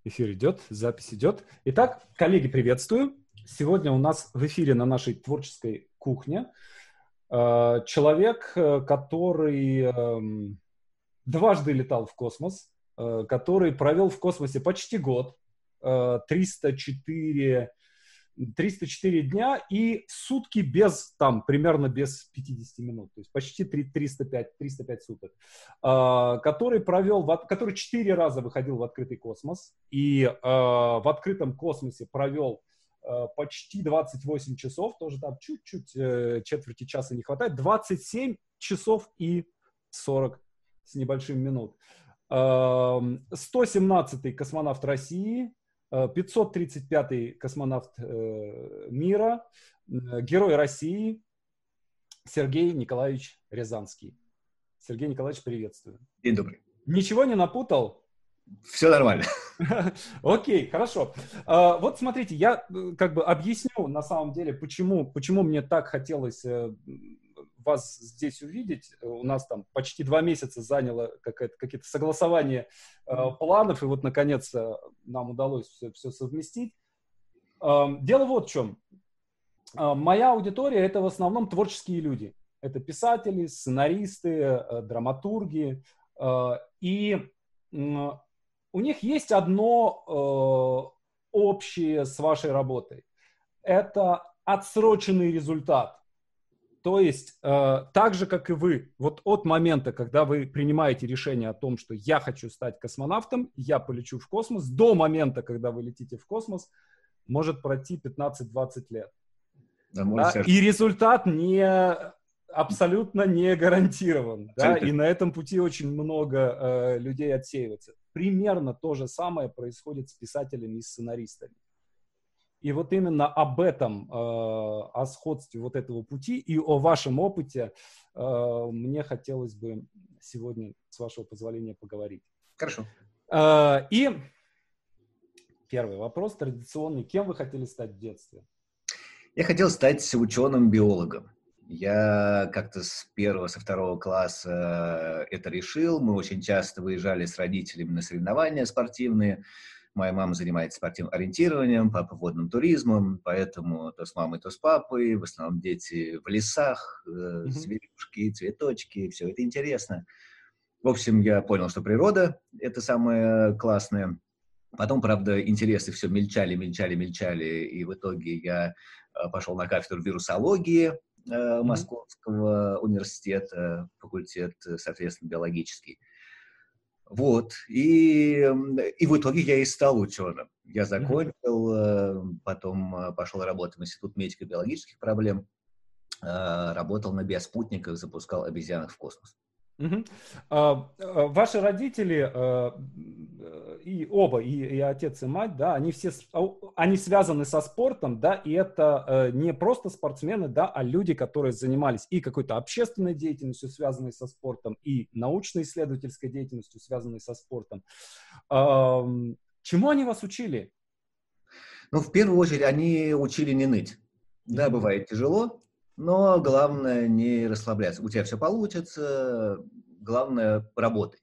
Эфир идет, запись идет. Итак, коллеги, приветствую. Сегодня у нас в эфире на нашей творческой кухне человек, который дважды летал в космос, который провел в космосе почти год, 304 дня и сутки примерно без 50 минут, то есть почти 305 суток, который 4 раза выходил в открытый космос и в открытом космосе провел почти 28 часов, тоже там чуть-чуть четверти часа не хватает, 27 часов и 40 с небольшим минут. 117-й космонавт России, 535-й космонавт мира, герой России Сергей Николаевич Рязанский. Сергей Николаевич, приветствую. День добрый. Ничего не напутал? Все нормально. Окей, хорошо. Вот смотрите, я как бы объясню на самом деле, почему мне так хотелось вас здесь увидеть. У нас там почти 2 месяца заняло какие-то согласования планов, и вот, наконец, нам удалось все совместить. Дело вот в чем. Моя аудитория — это в основном творческие люди. Это писатели, сценаристы, драматурги. И у них есть одно общее с вашей работой. Это отсроченный результат. То есть, так же, как и вы, вот от момента, когда вы принимаете решение о том, что я хочу стать космонавтом, я полечу в космос, до момента, когда вы летите в космос, может пройти 15-20 лет. Да? И результат абсолютно не гарантирован. Да? И на этом пути очень много людей отсеивается. Примерно то же самое происходит с писателями и сценаристами. И вот именно об этом, о сходстве вот этого пути и о вашем опыте мне хотелось бы сегодня, с вашего позволения, поговорить. Хорошо. И первый вопрос традиционный. Кем вы хотели стать в детстве? Я хотел стать ученым-биологом. Я как-то со 2 класса это решил. Мы очень часто выезжали с родителями на соревнования спортивные. Моя мама занимается спортивным ориентированием, папа водным туризмом, поэтому то с мамой, то с папой, в основном дети в лесах, зверюшки, цветочки, все это интересно. В общем, я понял, что природа — это самое классное. Потом, правда, интересы все мельчали, и в итоге я пошел на кафедру вирусологии Московского университета, факультет, соответственно, биологический. Вот, и в итоге я и стал ученым. Я закончил, потом пошел работать в Институт медико-биологических проблем, работал на биоспутниках, запускал обезьянок в космос. Ваши родители, и оба, и отец, и мать, да, они связаны со спортом, да, и это не просто спортсмены, да, а люди, которые занимались и какой-то общественной деятельностью, связанной со спортом, и научно-исследовательской деятельностью, связанной со спортом. Чему они вас учили? Ну, в первую очередь, они учили не ныть. Да, бывает тяжело, но главное не расслабляться. У тебя все получится, главное работай.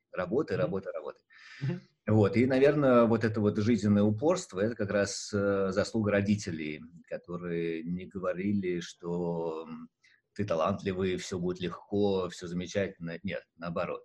Вот, и, наверное, вот это вот жизненное упорство, это как раз заслуга родителей, которые не говорили, что ты талантливый, все будет легко, все замечательно. Нет, наоборот.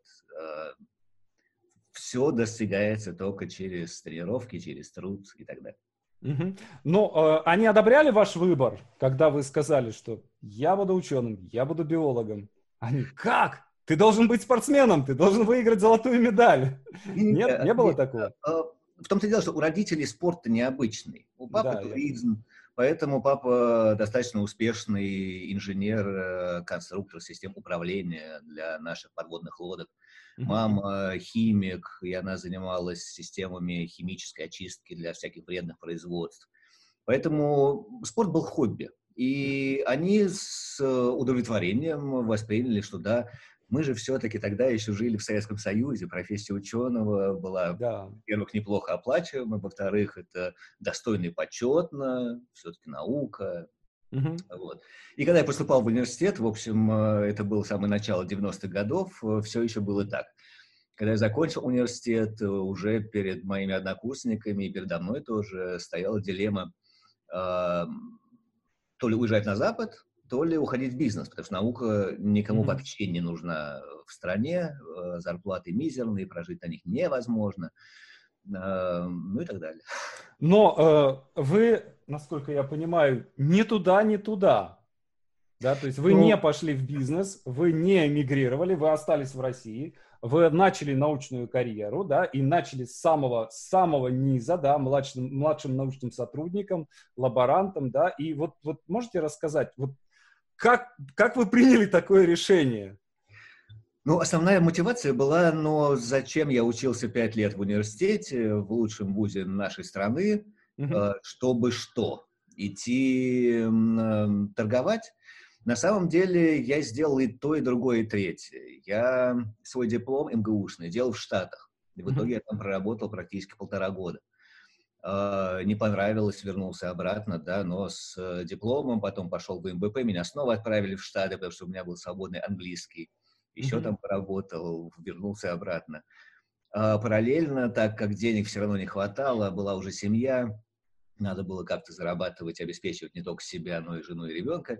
Все достигается только через тренировки, через труд и так далее. Но они одобряли ваш выбор, когда вы сказали, что я буду ученым, я буду биологом? Они: как? Ты должен быть спортсменом, ты должен выиграть золотую медаль. Нет, не было такого? В том-то и дело, что у родителей спорт необычный. У папы туризм, поэтому папа достаточно успешный инженер, конструктор систем управления для наших подводных лодок. Мама химик, и она занималась системами химической очистки для всяких вредных производств. Поэтому спорт был хобби. И они с удовлетворением восприняли, что да, мы же все-таки тогда еще жили в Советском Союзе, профессия ученого была, во-первых, неплохо оплачиваема, во-вторых, это достойно и почетно, все-таки наука. Вот. И когда я поступал в университет, в общем, это было самое начало 90-х годов, все еще было так. Когда я закончил университет, уже перед моими однокурсниками и передо мной тоже стояла дилемма э, то ли уезжать на Запад, то ли уходить в бизнес, потому что наука никому Мгм. вообще не нужна в стране, зарплаты мизерные, прожить на них невозможно, ну и так далее. Но вы, насколько я понимаю, ни туда, ни туда. Да, то есть вы Ну, не пошли в бизнес, вы не эмигрировали, вы остались в России, вы начали научную карьеру, да, и начали с самого низа, да, младшим научным сотрудником, лаборантом, да, и вот можете рассказать, вот как вы приняли такое решение? ну, основная мотивация была, но зачем я учился 5 лет в университете, в лучшем вузе нашей страны, Мгм. чтобы что? Идти торговать? На самом деле я сделал и то, и другое, и третье. Я свой диплом МГУшный делал в Штатах. И в итоге Мгм. я там проработал практически 1,5 года. Не понравилось, вернулся обратно, да, но с дипломом, потом пошел в МБП, меня снова отправили в Штаты, потому что у меня был свободный английский. Еще Мгм. там поработал, вернулся обратно. Параллельно, так как денег все равно не хватало, была уже семья, надо было как-то зарабатывать, обеспечивать не только себя, но и жену и ребенка.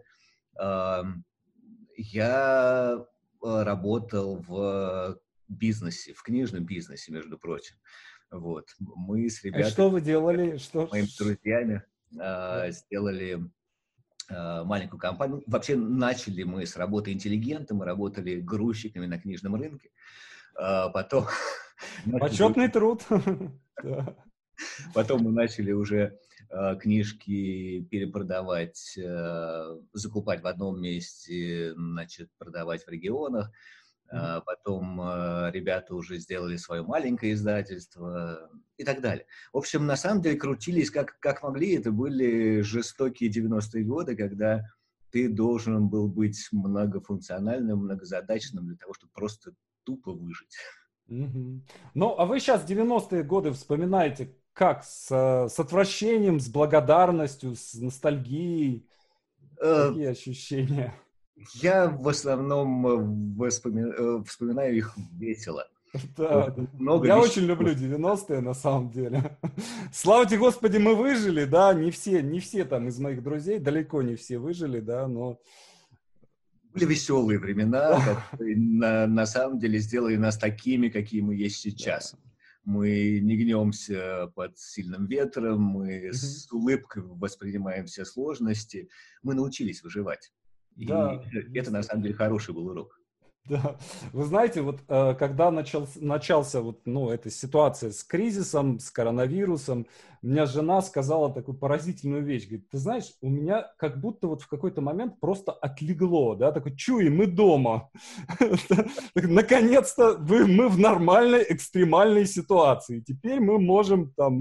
Я работал в бизнесе, в книжном бизнесе, между прочим. Вот. Мы с И ребятами, что вы делали? моими друзьями, Да. сделали маленькую компанию. Вообще начали мы с работы интеллигента, мы работали грузчиками на книжном рынке. Потом начали Почетный труд. Да. Потом мы начали уже книжки перепродавать, закупать в одном месте, значит, продавать в регионах. Мгм. Потом ребята уже сделали свое маленькое издательство и так далее. В общем, на самом деле крутились как могли. Это были жестокие 90-е годы, когда ты должен был быть многофункциональным, многозадачным для того, чтобы просто тупо выжить. Мгм. Ну, а вы сейчас 90-е годы вспоминаете как? С отвращением, с благодарностью, с ностальгией? Э, Какие ощущения? Я в основном вспоминаю их весело. Да, да. Много Я вещей. очень люблю 90-е на самом деле. Слава тебе, Господи, мы выжили, да, не все там из моих друзей, далеко не все выжили, да, но Были веселые времена, да, которые на самом деле сделали нас такими, какие мы есть да. сейчас. Мы не гнемся под сильным ветром, мы Мгм. с улыбкой воспринимаем все сложности. Мы научились выживать. И Да, это на есть самом деле такое. хороший был урок. Да, вы знаете, вот когда начался вот, ну, эта ситуация с кризисом, с коронавирусом, у меня жена сказала такую поразительную вещь, говорит, ты знаешь, у меня как будто вот в какой-то момент просто отлегло, да, такой, чуй, мы дома, наконец-то мы в нормальной экстремальной ситуации, теперь мы можем там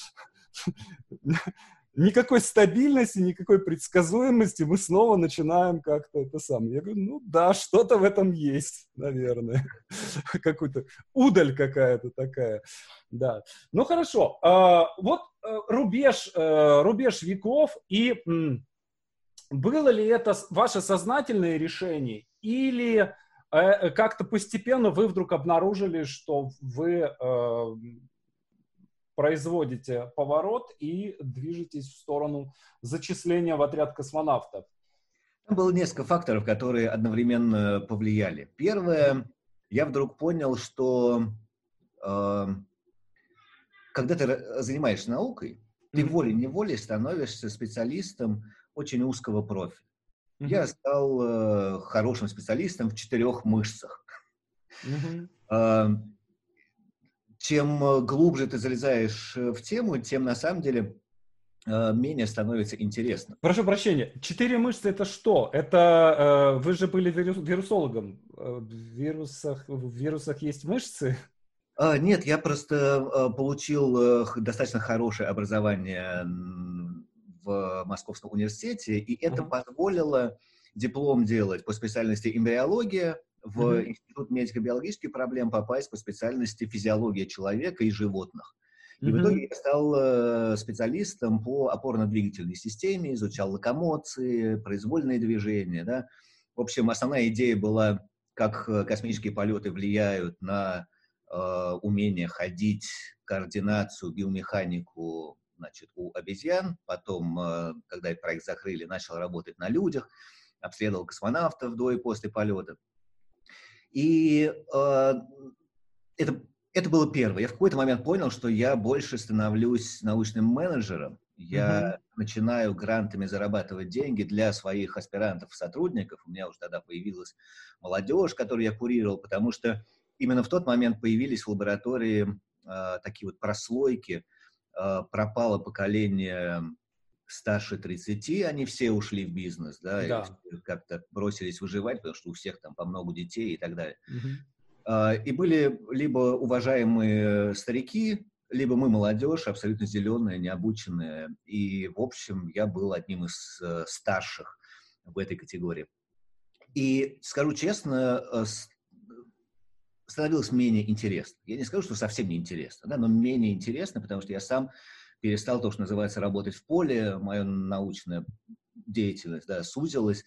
никакой стабильности, никакой предсказуемости, мы снова начинаем как-то это самое. Я говорю, ну да, что-то в этом есть, наверное. Какой-то удаль какая-то такая. Да. Ну хорошо. Вот рубеж веков, и было ли это ваше сознательное решение, или как-то постепенно вы вдруг обнаружили, что вы производите поворот и движетесь в сторону зачисления в отряд космонавтов? Там было несколько факторов, которые одновременно повлияли. Мгм. Первое, я вдруг понял, что э, когда ты занимаешься наукой, ты Мгм. волей-неволей становишься специалистом очень узкого профиля. Я Мгм. стал хорошим специалистом в 4 мышцах. Мгм. Э, Чем глубже ты залезаешь в тему, тем на самом деле менее становится интересно. Прошу прощения, 4 мышцы это что? Это вы же были вирусологом. В вирусах есть мышцы? Нет, я просто получил достаточно хорошее образование в Московском университете, и это Ага. позволило диплом делать по специальности эмбриология, в Мгм. Институт медико-биологических проблем попасть по специальности физиология человека и животных. И в итоге Мгм. я стал специалистом по опорно-двигательной системе, изучал локомоции, произвольные движения. Да? В общем, основная идея была, как космические полеты влияют на умение ходить, координацию, биомеханику, значит, у обезьян. Потом, когда этот проект закрыли, начал работать на людях, обследовал космонавтов до и после полета. И это было первое. Я в какой-то момент понял, что я больше становлюсь научным менеджером. Я начинаю грантами зарабатывать деньги для своих аспирантов и сотрудников. У меня уже тогда появилась молодежь, которую я курировал, потому что именно в тот момент появились в лаборатории такие вот прослойки. Пропало поколение старше 30, они все ушли в бизнес, да, и как-то бросились выживать, потому что у всех там по много детей и так далее. И были либо уважаемые старики, либо мы молодежь, абсолютно зеленая, необученная. И, в общем, я был одним из старших в этой категории. И, скажу честно, становилось менее интересно. Я не скажу, что совсем не интересно, да, но менее интересно, потому что я сам перестал, то, что называется, работать в поле, моя научная деятельность, да, сузилась.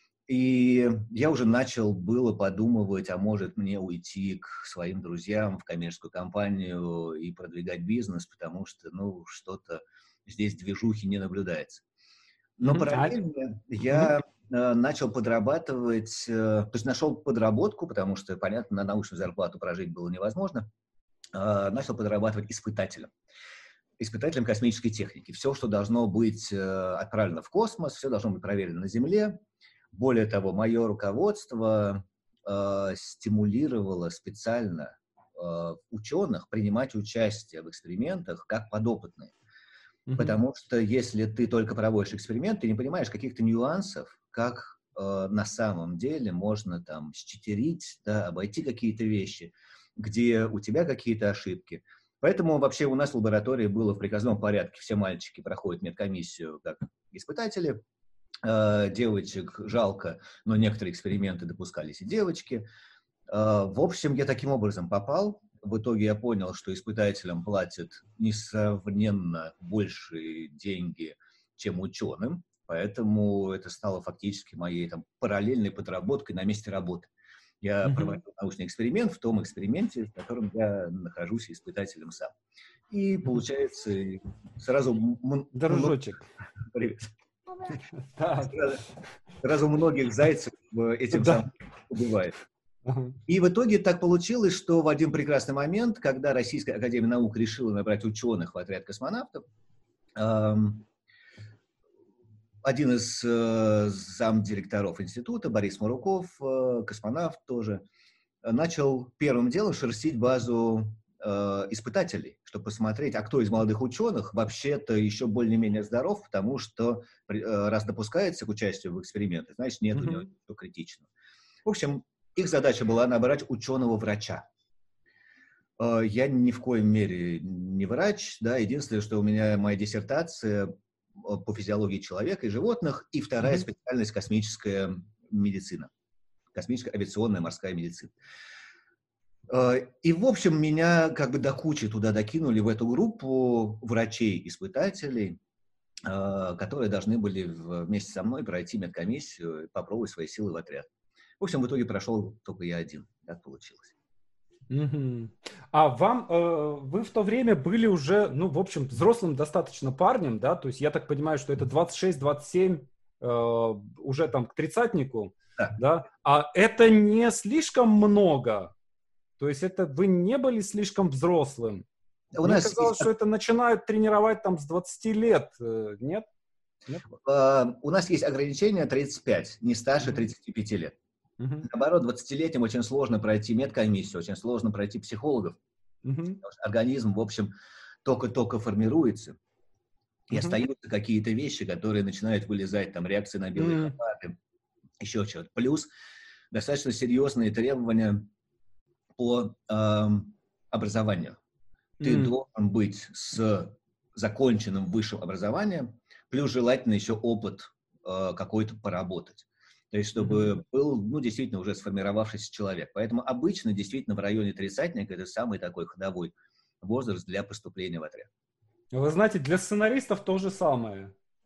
И я уже начал было подумывать, а может мне уйти к своим друзьям в коммерческую компанию и продвигать бизнес, потому что, ну, что-то здесь движухи не наблюдается. Но параллельно я начал подрабатывать, то есть нашел подработку, потому что, понятно, на научную зарплату прожить было невозможно, начал подрабатывать испытателем космической техники. Все, что должно быть отправлено в космос, все должно быть проверено на Земле. Более того, мое руководство стимулировало специально ученых принимать участие в экспериментах как подопытные. Потому что если ты только проводишь эксперимент, ты не понимаешь каких-то нюансов, как на самом деле можно там считерить, да, обойти какие-то вещи, где у тебя какие-то ошибки. Поэтому вообще у нас в лаборатории было в приказном порядке. Все мальчики проходят медкомиссию как испытатели. Девочек жалко, но некоторые эксперименты допускались и девочки. В общем, я таким образом попал. В итоге я понял, что испытателям платят несравненно большие деньги, чем ученым, поэтому это стало фактически моей там параллельной подработкой на месте работы. Я проводил научный эксперимент в том эксперименте, в котором я нахожусь испытателем сам. И получается сразу... Дружочек. Привет. Сразу многих зайцев этим самым убивает. И в итоге так получилось, что в один прекрасный момент, когда Российская академия наук решила набрать ученых в отряд космонавтов, один из замдиректоров института, Борис Муруков, космонавт тоже, начал первым делом шерстить базу испытателей, чтобы посмотреть, а кто из молодых ученых вообще-то еще более-менее здоров, потому что раз допускается к участию в экспериментах, значит, нет у него ничего критичного. В общем, их задача была набрать ученого-врача. Я ни в коем мере не врач, да, единственное, что у меня моя диссертация по физиологии человека и животных, и вторая специальность космическая медицина, космическая авиационная морская медицина. И, в общем, меня как бы до кучи туда докинули, в эту группу врачей-испытателей, которые должны были вместе со мной пройти медкомиссию и попробовать свои силы в отряд. В общем, в итоге прошел только я один. Так получилось. А вам, вы в то время были уже, ну, в общем, взрослым достаточно парнем, да? То есть я так понимаю, что это 26-27, уже там к тридцатнику, да? А это не слишком много? То есть это вы не были слишком взрослым? Мне казалось, что это начинают тренировать там с 20 лет, нет? Нет? У нас есть ограничение 35, не старше 35 лет. Наоборот, 20-летним очень сложно пройти медкомиссию, очень сложно пройти психологов. Потому что организм, в общем, только-только формируется. И остаются какие-то вещи, которые начинают вылезать, там, реакции на белые хлопаты, еще что-то. Плюс достаточно серьезные требования по образованию. Ты должен быть с законченным высшим образованием, плюс желательно еще опыт какой-то поработать. То есть, чтобы был, ну, действительно уже сформировавшийся человек. Поэтому обычно, действительно, в районе тридцатника это самый такой ходовой возраст для поступления в отряд. Вы знаете, для сценаристов то же самое.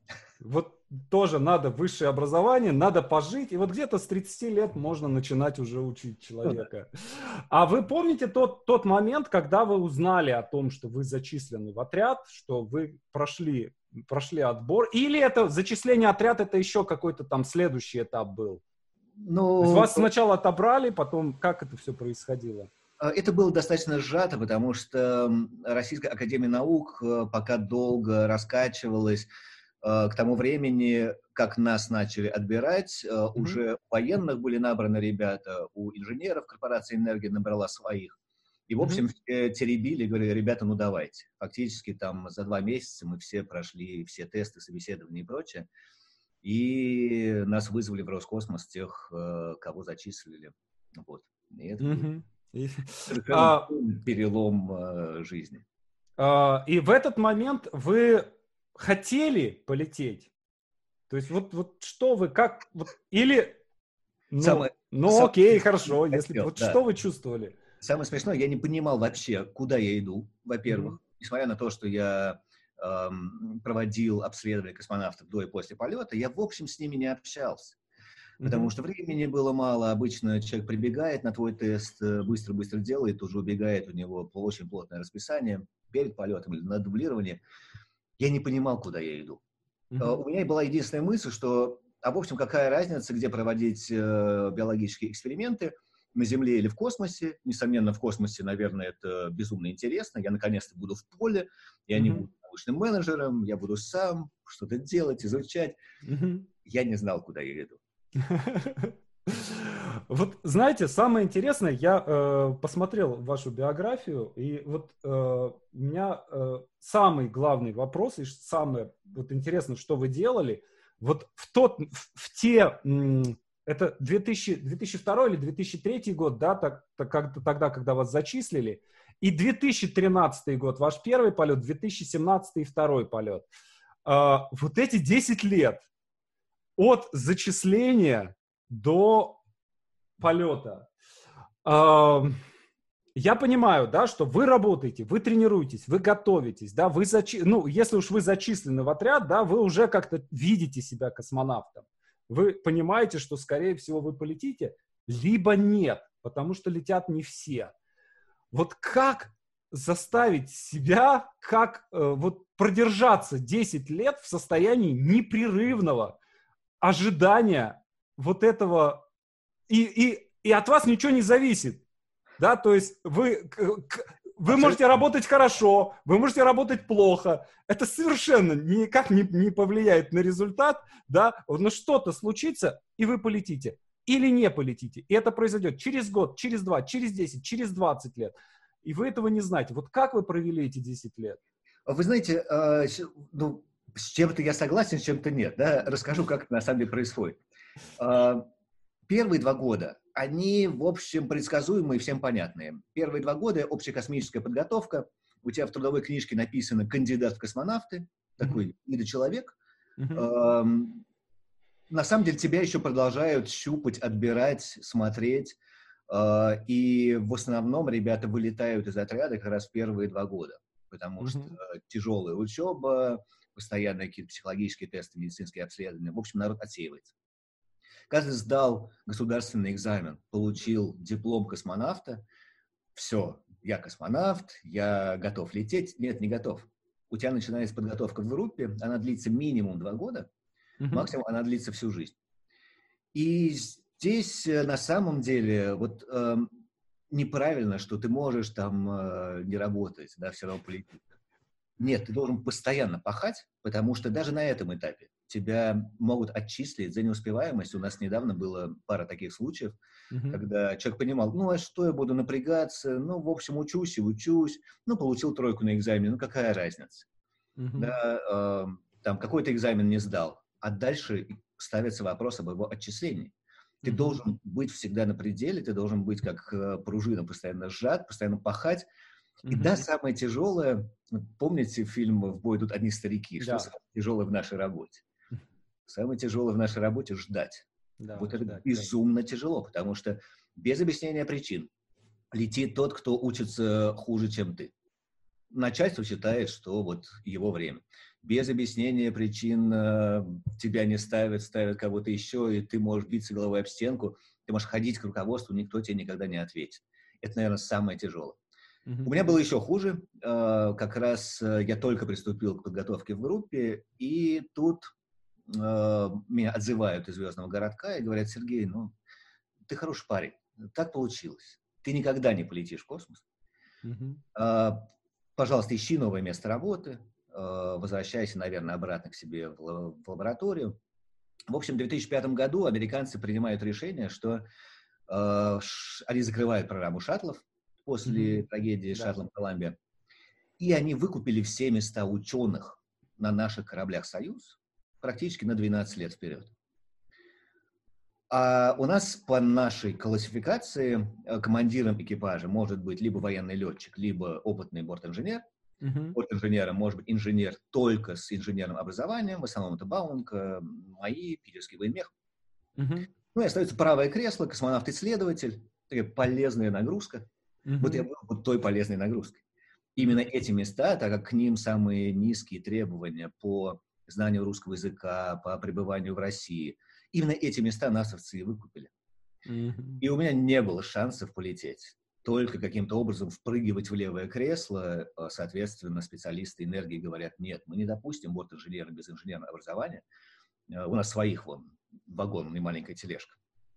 Вот тоже надо высшее образование, надо пожить, и вот где-то с 30 лет можно начинать уже учить Ну да. человека. А вы помните тот момент, когда вы узнали о том, что вы зачислены в отряд, что вы прошли отбор, или это зачисление в отряд, это еще какой-то там следующий этап был? То есть Ну, вас сначала отобрали, потом как это все происходило? это было достаточно сжато, потому что Российская академия наук пока долго раскачивалась. К тому времени, как нас начали отбирать, Мгм. уже у военных были набраны ребята, у инженеров корпорация «Энергия» набрала своих. И, в Мгм. общем, все теребили, говорили: ребята, ну давайте. Фактически там за 2 месяца мы все прошли все тесты, собеседования и прочее. И нас вызвали в Роскосмос, тех, кого зачислили. Вот. И это был Мгм. И, совершенно а, перелом жизни. и в этот момент вы хотели полететь? То есть вот что вы, как, вот, или, Самое, ну самое окей, смешное, я хорошо, не если, хотел, вот да. что вы чувствовали? Самое смешное, я не понимал вообще, куда я иду, Мгм. во-первых. Несмотря на то, что я проводил обследование космонавтов до и после полета, я, в общем, с ними не общался. Потому Мгм. что времени было мало. Обычно человек прибегает на твой тест, быстро-быстро делает, уже убегает, у него очень плотное расписание перед полетом или на дублирование. Я не понимал, куда я иду. Мгм. У меня была единственная мысль, что, в общем, какая разница, где проводить биологические эксперименты, на Земле или в космосе. Несомненно, в космосе, наверное, это безумно интересно. Я наконец-то буду в поле, я не Мгм. буду научным менеджером, я буду сам что-то делать, изучать. Мгм. Я не знал, куда я иду. Вот знаете, самое интересное, я посмотрел вашу биографию, и вот у меня самый главный вопрос, и самое вот интересно, что вы делали, вот в те, это 2002 или 2003 год, да, тогда, когда вас зачислили, и 2013 год, ваш первый полет, 2017 второй полет. Вот эти 10 лет, от зачисления до полета. Я понимаю, да, что вы работаете, вы тренируетесь, вы готовитесь, да, ну, если уж вы зачислены в отряд, да, вы уже как-то видите себя космонавтом. Вы понимаете, что, скорее всего, вы полетите, либо нет, потому что летят не все. Вот как заставить себя, как вот продержаться 10 лет в состоянии непрерывного ожидания вот этого, и от вас ничего не зависит, да, то есть вы можете Абсолютно. работать хорошо, вы можете работать плохо, это совершенно никак не повлияет на результат, да, но что-то случится, и вы полетите, или не полетите, и это произойдет через год, через 2, через 10, через 20 лет, и вы этого не знаете. Вот как вы провели эти 10 лет? Вы знаете, ну, с чем-то я согласен, с чем-то нет. Да? Расскажу, как это на самом деле происходит. А, Первые 2 года, они, в общем, предсказуемые, всем понятные. Первые 2 года — общекосмическая подготовка. У тебя в трудовой книжке написано «кандидат в космонавты», Мгм. такой недочеловек. Мгм. Ам, На самом деле тебя еще продолжают щупать, отбирать, смотреть. И в основном ребята вылетают из отряда как раз в первые 2 года, потому что Мгм. тяжелая учеба, постоянные какие-то психологические тесты, медицинские обследования. В общем, народ отсеивается. Каждый сдал государственный экзамен, получил диплом космонавта. Все, я космонавт, я готов лететь. Нет, не готов. У тебя начинается подготовка в группе, она длится минимум 2 года, Мгм. максимум она длится всю жизнь. И здесь на самом деле вот неправильно, что ты можешь там не работать, да, все равно полететь. Нет, ты должен постоянно пахать, потому что даже на этом этапе тебя могут отчислить за неуспеваемость. У нас недавно было пара таких случаев, Мгм. когда человек понимал, ну, а что я буду напрягаться, ну, в общем, учусь и учусь, ну, получил 3 на экзамене, ну, какая разница, Мгм. да, там, какой-то экзамен не сдал, а дальше ставится вопрос об его отчислении. Ты Мгм. должен быть всегда на пределе, ты должен быть как пружина, постоянно сжат, постоянно пахать. И да, Мгм. самое тяжелое, вот помните фильм «В бой идут одни старики»? Что Да, самое тяжелое в нашей работе? Самое тяжелое в нашей работе — ждать. да, Вот это ждать, да. безумно тяжело, потому что без объяснения причин летит тот, кто учится хуже, чем ты. Начальство считает, что вот его время. без объяснения причин тебя не ставят, ставят кого-то еще, и ты можешь биться головой об стенку, ты можешь ходить к руководству, никто тебе никогда не ответит. Это, наверное, самое тяжелое. У меня было еще хуже. Как раз я только приступил к подготовке в группе, и тут меня отзывают из Звездного городка и говорят: Сергей, ну, ты хороший парень, так получилось. Ты никогда не полетишь в космос. Пожалуйста, ищи новое место работы, возвращайся, наверное, обратно к себе в лабораторию. В общем, в 2005 году американцы принимают решение, что они закрывают программу шаттлов после трагедии с шаттлом Колумбия, и они выкупили все места ученых на наших кораблях «Союз» практически на 12 лет вперед. А у нас по нашей классификации командиром экипажа может быть либо военный летчик, либо опытный бортинженер. Бортинженером может быть инженер только с инженерным образованием, в основном это Бауманг, МАИ, Питерский военмех. Ну и остается правое кресло, космонавт-исследователь, такая полезная нагрузка. Вот я был вот той полезной нагрузкой. Именно эти места, так как к ним самые низкие требования по знанию русского языка, по пребыванию в России, именно эти места насовцы и выкупили. И у меня не было шансов полететь. Только каким-то образом впрыгивать в левое кресло, соответственно, специалисты энергии говорят: нет, мы не допустим бортинженера без инженерного образования. У нас своих вагон и маленькая тележка.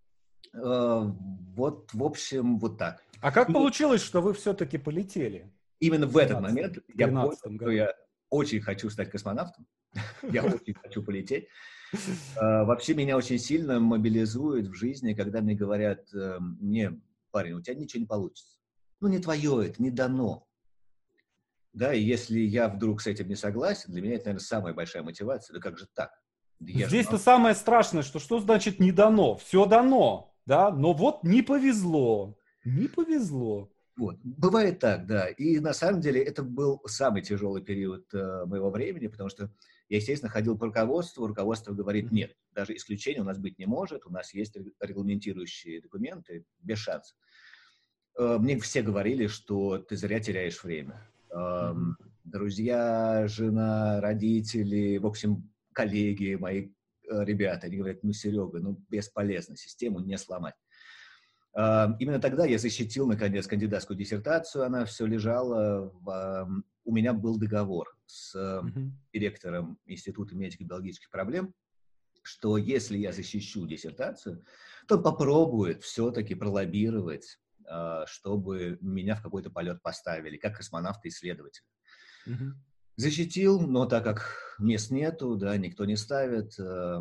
Вот, в общем, вот так. А как получилось, что вы все-таки полетели? Именно в этот момент я понял, что я очень хочу стать космонавтом. Я очень хочу полететь. Вообще меня очень сильно мобилизует в жизни, когда мне говорят: не, парень, у тебя ничего не получится. Ну, не твое это, не дано. Да, и если я вдруг с этим не согласен, для меня это, наверное, самая большая мотивация. Да как же так? Здесь-то самое страшное, что значит не дано? Все дано, да, но вот не повезло. Не повезло. Вот. Бывает так, да. И на самом деле это был самый тяжелый период моего времени, потому что я, естественно, ходил по руководству, руководство говорит: нет, даже исключения у нас быть не может, у нас есть регламентирующие документы, без шансов. Мне все говорили, что ты зря теряешь время. Друзья, жена, родители, в общем, коллеги, мои ребята, они говорят: ну, Серега, ну, бесполезно, систему не сломать. Именно тогда я защитил, наконец, кандидатскую диссертацию, она все лежала. У меня был договор с директором Института медико-биологических проблем, что если я защищу диссертацию, то он попробует все-таки пролоббировать, чтобы меня в какой-то полет поставили, как космонавта-исследователя. Защитил, но так как мест нету, да, никто не ставит.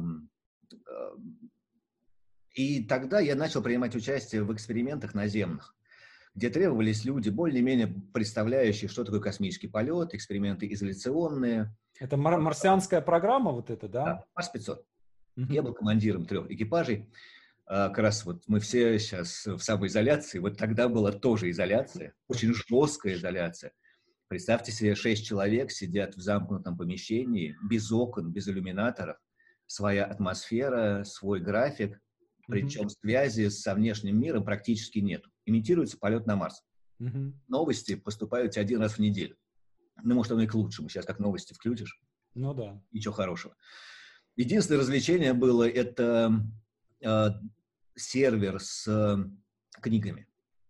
И тогда я начал принимать участие в экспериментах наземных, где требовались люди, более-менее представляющие, что такое космический полет, эксперименты изоляционные. Это марсианская программа вот эта, да? Да, Марс-500. Я был командиром 3 экипажей. Как раз вот мы все сейчас в самоизоляции. Вот тогда была тоже изоляция, очень жесткая изоляция. Представьте себе, 6 человек сидят в замкнутом помещении, без окон, без иллюминаторов, своя атмосфера, свой график. Причем связи со внешним миром практически нет. Имитируется полет на Марс. Новости поступают один раз в неделю. Ну, может, оно и к лучшему. Сейчас как новости включишь. Ну да. Ничего хорошего. Единственное развлечение было — это сервер с книгами.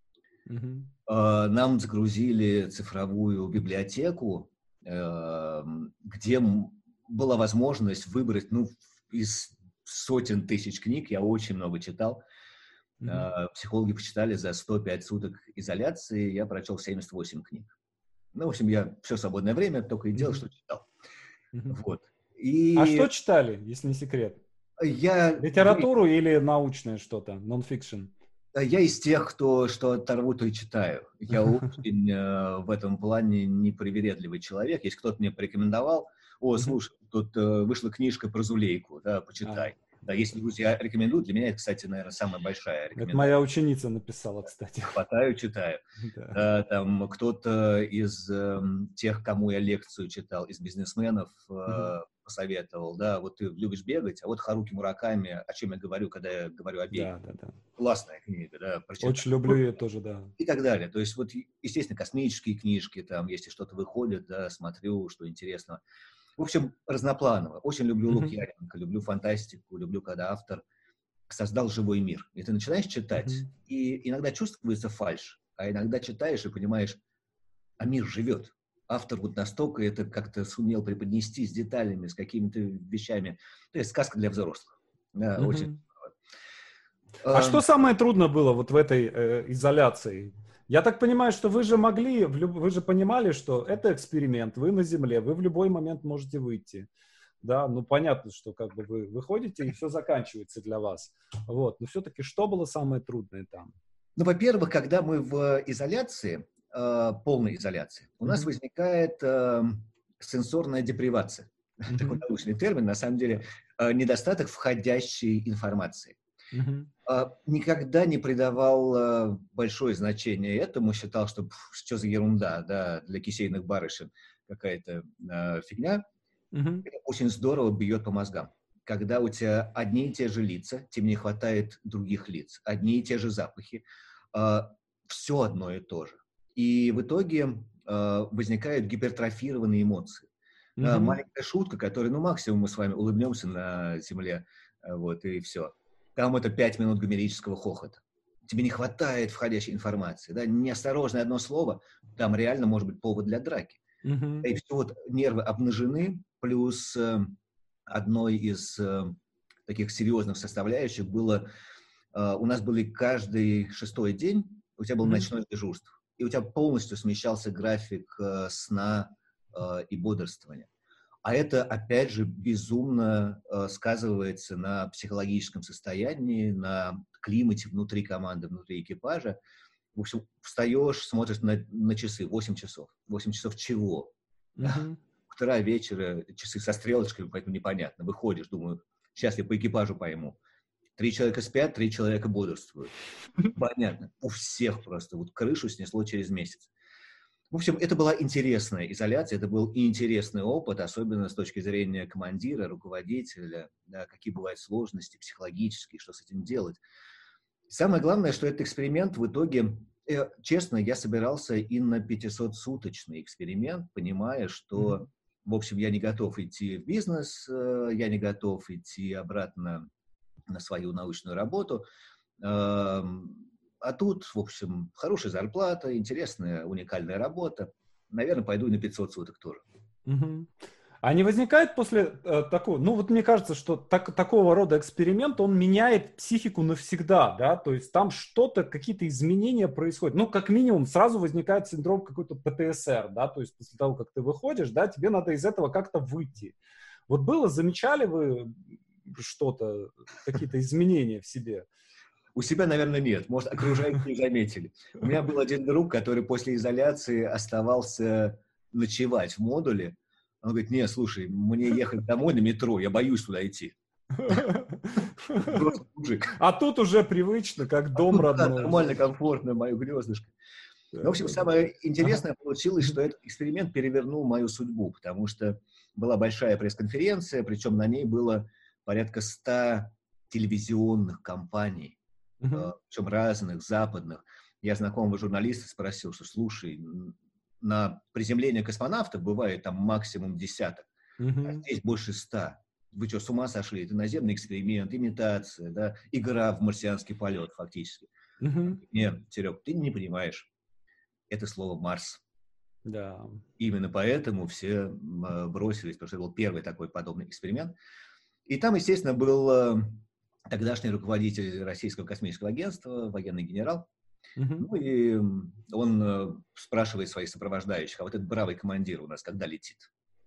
Нам загрузили цифровую библиотеку, где была возможность выбрать, ну, из сотен тысяч книг, я очень много читал. Психологи посчитали, за 105 суток изоляции я прочел 78 книг. Ну, в общем, я все свободное время только и делал, что читал. Вот. А что читали, если не секрет? Литературу или научное что-то, нон-фикшн? Я из тех, кто что оторву, то и читаю. Я очень в этом плане непривередливый человек. Если кто-то мне порекомендовал: о, слушай, тут вышла книжка про Зулейку, да, почитай. Да, если друзья рекомендуют, для меня это, кстати, наверное, самая большая рекомендация. Это моя ученица написала, кстати. Хватаю, читаю. Да, там кто-то из тех, кому я лекцию читал, из бизнесменов, посоветовал: да, вот ты любишь бегать, а вот Харуки Мураками, о чем я говорю, когда я говорю о беге. Да. Классная книга, да. Прочитай. Очень люблю ее тоже, да. И так далее. То есть вот, естественно, космические книжки, там, если что-то выходит, да, смотрю, что интересного. В общем, разнопланово. Очень люблю Мгм. Лукьяненко, люблю фантастику, люблю, когда автор создал живой мир. И ты начинаешь читать, Мгм. и иногда чувствуется фальшь, а иногда читаешь и понимаешь, а мир живет. Автор вот настолько это как-то сумел преподнести с деталями, с какими-то вещами. То есть сказка для взрослых. Да, очень Мгм. А здорово. что самое трудное было вот в этой изоляции? Я так понимаю, что вы же могли, вы же понимали, что это эксперимент, вы на Земле, вы в любой момент можете выйти. Да, ну понятно, что как бы вы выходите и все заканчивается для вас. Вот, но все-таки что было самое трудное там? Ну, во-первых, когда мы в изоляции, полной изоляции, у нас Мгм. возникает сенсорная депривация. Такой Мгм. научный термин, на самом деле, недостаток входящей информации. Мгм. Никогда не придавал большое значение этому, считал, что что за ерунда, да, для кисейных барышень какая-то фигня. Мгм. Это очень здорово бьет по мозгам. Когда у тебя одни и те же лица, тебе не хватает других лиц, одни и те же запахи, все одно и то же. И в итоге возникают гипертрофированные эмоции. Да, Мгм. маленькая шутка, которой, ну, максимум мы с вами улыбнемся на земле, вот, и все. Там это 5 минут гомерического хохота. Тебе не хватает входящей информации, да, неосторожное одно слово, там реально может быть повод для драки. Мгм. И все вот нервы обнажены, плюс одной из таких серьезных составляющих было, у нас были каждый шестой день, у тебя было Мгм. ночное дежурство, и у тебя полностью смещался график сна и бодрствования. А это, опять же, безумно сказывается на психологическом состоянии, на климате внутри команды, внутри экипажа. В общем, встаешь, смотришь на часы, 8 часов. 8 часов чего? Мгм. Утра, вечера, часы со стрелочками, поэтому непонятно. Выходишь, думаю, сейчас я по экипажу пойму. 3 человека спят, 3 человека бодрствуют. Понятно. У всех просто вот крышу снесло через месяц. В общем, это была интересная изоляция, это был и интересный опыт, особенно с точки зрения командира, руководителя, да, какие бывают сложности психологические, что с этим делать. Самое главное, что этот эксперимент в итоге, честно, я собирался и на 500-суточный эксперимент, понимая, что, Мгм. в общем, я не готов идти в бизнес, я не готов идти обратно на свою научную работу. А тут, в общем, хорошая зарплата, интересная, уникальная работа. Наверное, пойду и на 500 суток тоже. Мгм. А не возникает после такого, ну вот мне кажется, что такого рода эксперимент, он меняет психику навсегда, да, то есть там что-то, какие-то изменения происходят, ну как минимум сразу возникает синдром какой-то ПТСР, да, то есть после того, как ты выходишь, да, тебе надо из этого как-то выйти. Вот было, замечали вы что-то, какие-то изменения в себе? У себя, наверное, нет. Может, окружающие заметили. У меня был один друг, который после изоляции оставался ночевать в модуле. Он говорит, не, слушай, мне ехать домой на метро, я боюсь туда идти. Взрослый мужик. А тут уже привычно, как А дом тут, да, родной нормально, уже. комфортно, мое гнездышко. Но, в Да, общем, да, да. самое Ага. интересное получилось, что Мгм. этот эксперимент перевернул мою судьбу, потому что была большая пресс-конференция, причем на ней было порядка 100 телевизионных компаний, Мгм. причем разных, западных. Я знакомого журналиста спросил, что, слушай, на приземление космонавтов бывает там максимум десяток, а Мгм. здесь больше 100. Вы что, с ума сошли? Это наземный эксперимент, имитация, да, игра в марсианский полет фактически. Он Мгм. говорит, нет, Серег, ты не понимаешь, это слово «Марс». Да. Именно поэтому все бросились, потому что это был первый такой подобный эксперимент. И там, естественно, был тогдашний руководитель Российского космического агентства, военный генерал. Мгм. Ну и он спрашивает своих сопровождающих, а вот этот бравый командир у нас когда летит?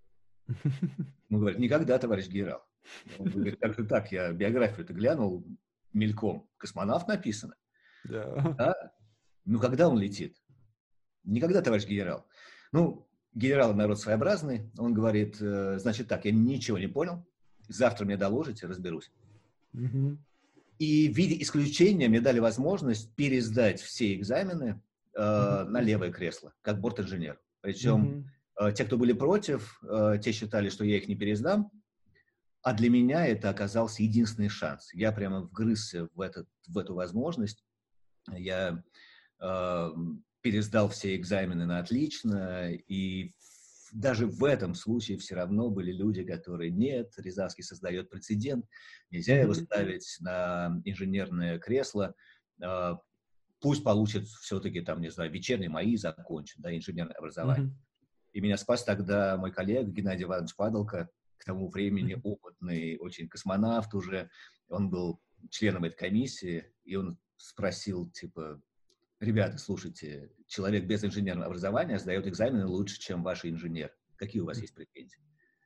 Он говорит, никогда, товарищ генерал. Он говорит, как же так, я биографию-то глянул мельком, космонавт написано. Да. Да? Ну, когда он летит? Никогда, товарищ генерал. Ну, генерал народ своеобразный, он говорит, значит так, я ничего не понял, завтра мне доложите, разберусь. Мгм. И в виде исключения мне дали возможность пересдать все экзамены Мгм. на левое кресло, как борт-инженер. Причем Мгм. те, кто были против, те считали, что я их не пересдам, а для меня это оказался единственный шанс. Я прямо вгрызся в эту возможность. Я пересдал все экзамены на отлично, и даже в этом случае все равно были люди, которые нет, Рязанский создает прецедент, нельзя его ставить на инженерное кресло, пусть получит все-таки там, не знаю, вечерние МАИ закончит, да, инженерное образование. И меня спас тогда мой коллега Геннадий Иванович Падалко, к тому времени опытный очень космонавт уже, он был членом этой комиссии, и он спросил, типа, ребята, слушайте, человек без инженерного образования сдает экзамены лучше, чем ваш инженер. Какие у вас есть претензии?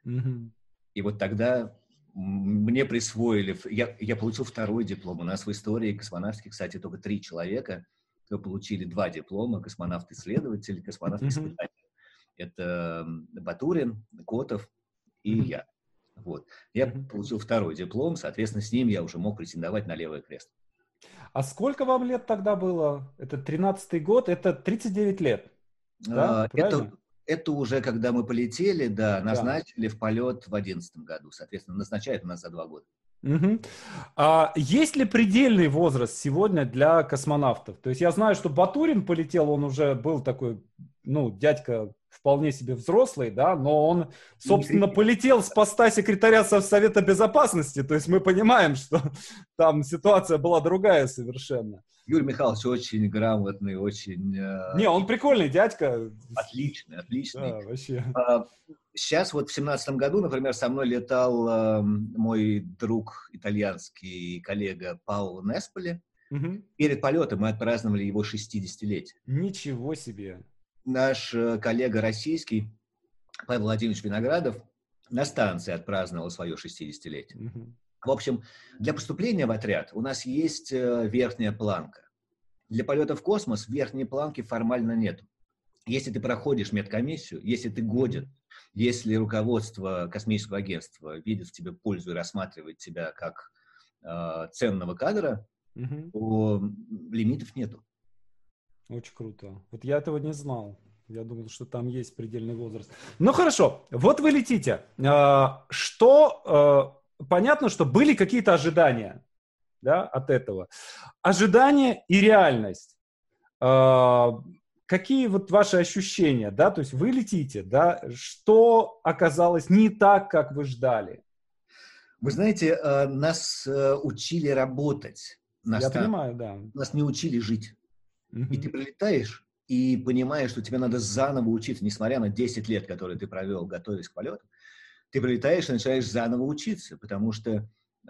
И вот тогда мне присвоили, я получил второй диплом. У нас в истории космонавтики, кстати, только 3 человека, кто получили 2 диплома: космонавт-исследователь, космонавт-испытатель. Это Батурин, Котов и я. Вот. Я получил второй диплом, соответственно, с ним я уже мог претендовать на левое кресло. А сколько вам лет тогда было? Это 13-й год, это 39 лет, да? Правильно? Это уже когда мы полетели, да, назначили в полет в 2011 году. Соответственно, назначают у нас за 2 года. А есть ли предельный возраст сегодня для космонавтов? То есть я знаю, что Батурин полетел, он уже был такой, ну, дядька вполне себе взрослый, да, но он, собственно, полетел с поста секретаря Совета Безопасности, то есть мы понимаем, что там ситуация была другая совершенно. Юрий Михайлович очень грамотный, очень... Не, он прикольный дядька. Отличный. Да, вообще. Сейчас вот в 2017 году, например, со мной летал мой друг, итальянский коллега Паоло Несполи. Перед полетом мы отпраздновали его 60-летие. Ничего себе. Наш коллега российский, Павел Владимирович Виноградов, на станции отпраздновал свое 60-летие. В общем, для поступления в отряд у нас есть верхняя планка. Для полета в космос верхней планки формально нет. Если ты проходишь медкомиссию, если ты годен, если руководство космического агентства видит в тебе пользу и рассматривает тебя как ценного кадра, то лимитов нету. Очень круто. Вот я этого не знал. Я думал, что там есть предельный возраст. Ну хорошо, вот вы летите. Понятно, что были какие-то ожидания, да, от этого. Ожидания и реальность. Какие вот ваши ощущения, да? То есть вы летите, да? Что оказалось не так, как вы ждали? Вы знаете, нас учили работать на станции. Я понимаю, да. Нас не учили жить. И ты прилетаешь и понимаешь, что тебе надо заново учиться, несмотря на 10 лет, которые ты провел, готовясь к полету. Ты прилетаешь и начинаешь заново учиться, потому что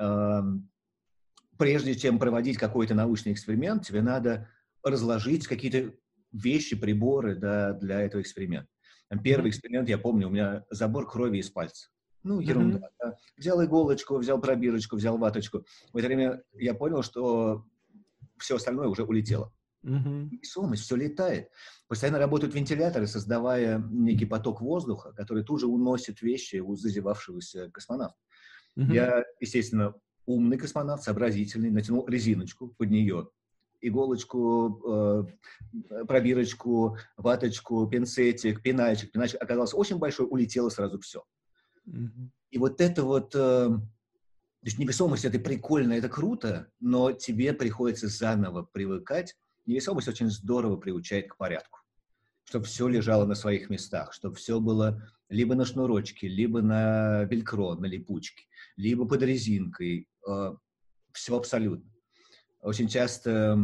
прежде чем проводить какой-то научный эксперимент, тебе надо разложить какие-то вещи, приборы, да, для этого эксперимента. Первый эксперимент, я помню, у меня забор крови из пальца. Ну, ерунда. Да. Взял иголочку, взял пробирочку, взял ваточку. В это время я понял, что все остальное уже улетело. Невесомость, все летает. Постоянно работают вентиляторы, создавая некий поток воздуха, который тут же уносит вещи у зазевавшегося космонавта. Я, естественно, умный космонавт, сообразительный, натянул резиночку под нее, иголочку, пробирочку, ваточку, пинцетик, пенальчик. Пенальчик оказался очень большой, улетело сразу все. И вот это вот... То есть невесомость — это прикольно, это круто, но тебе приходится заново привыкать. Невесомость очень здорово приучает к порядку. Чтобы все лежало на своих местах, чтобы все было либо на шнурочке, либо на велькро, на липучке, либо под резинкой. Все абсолютно. Очень часто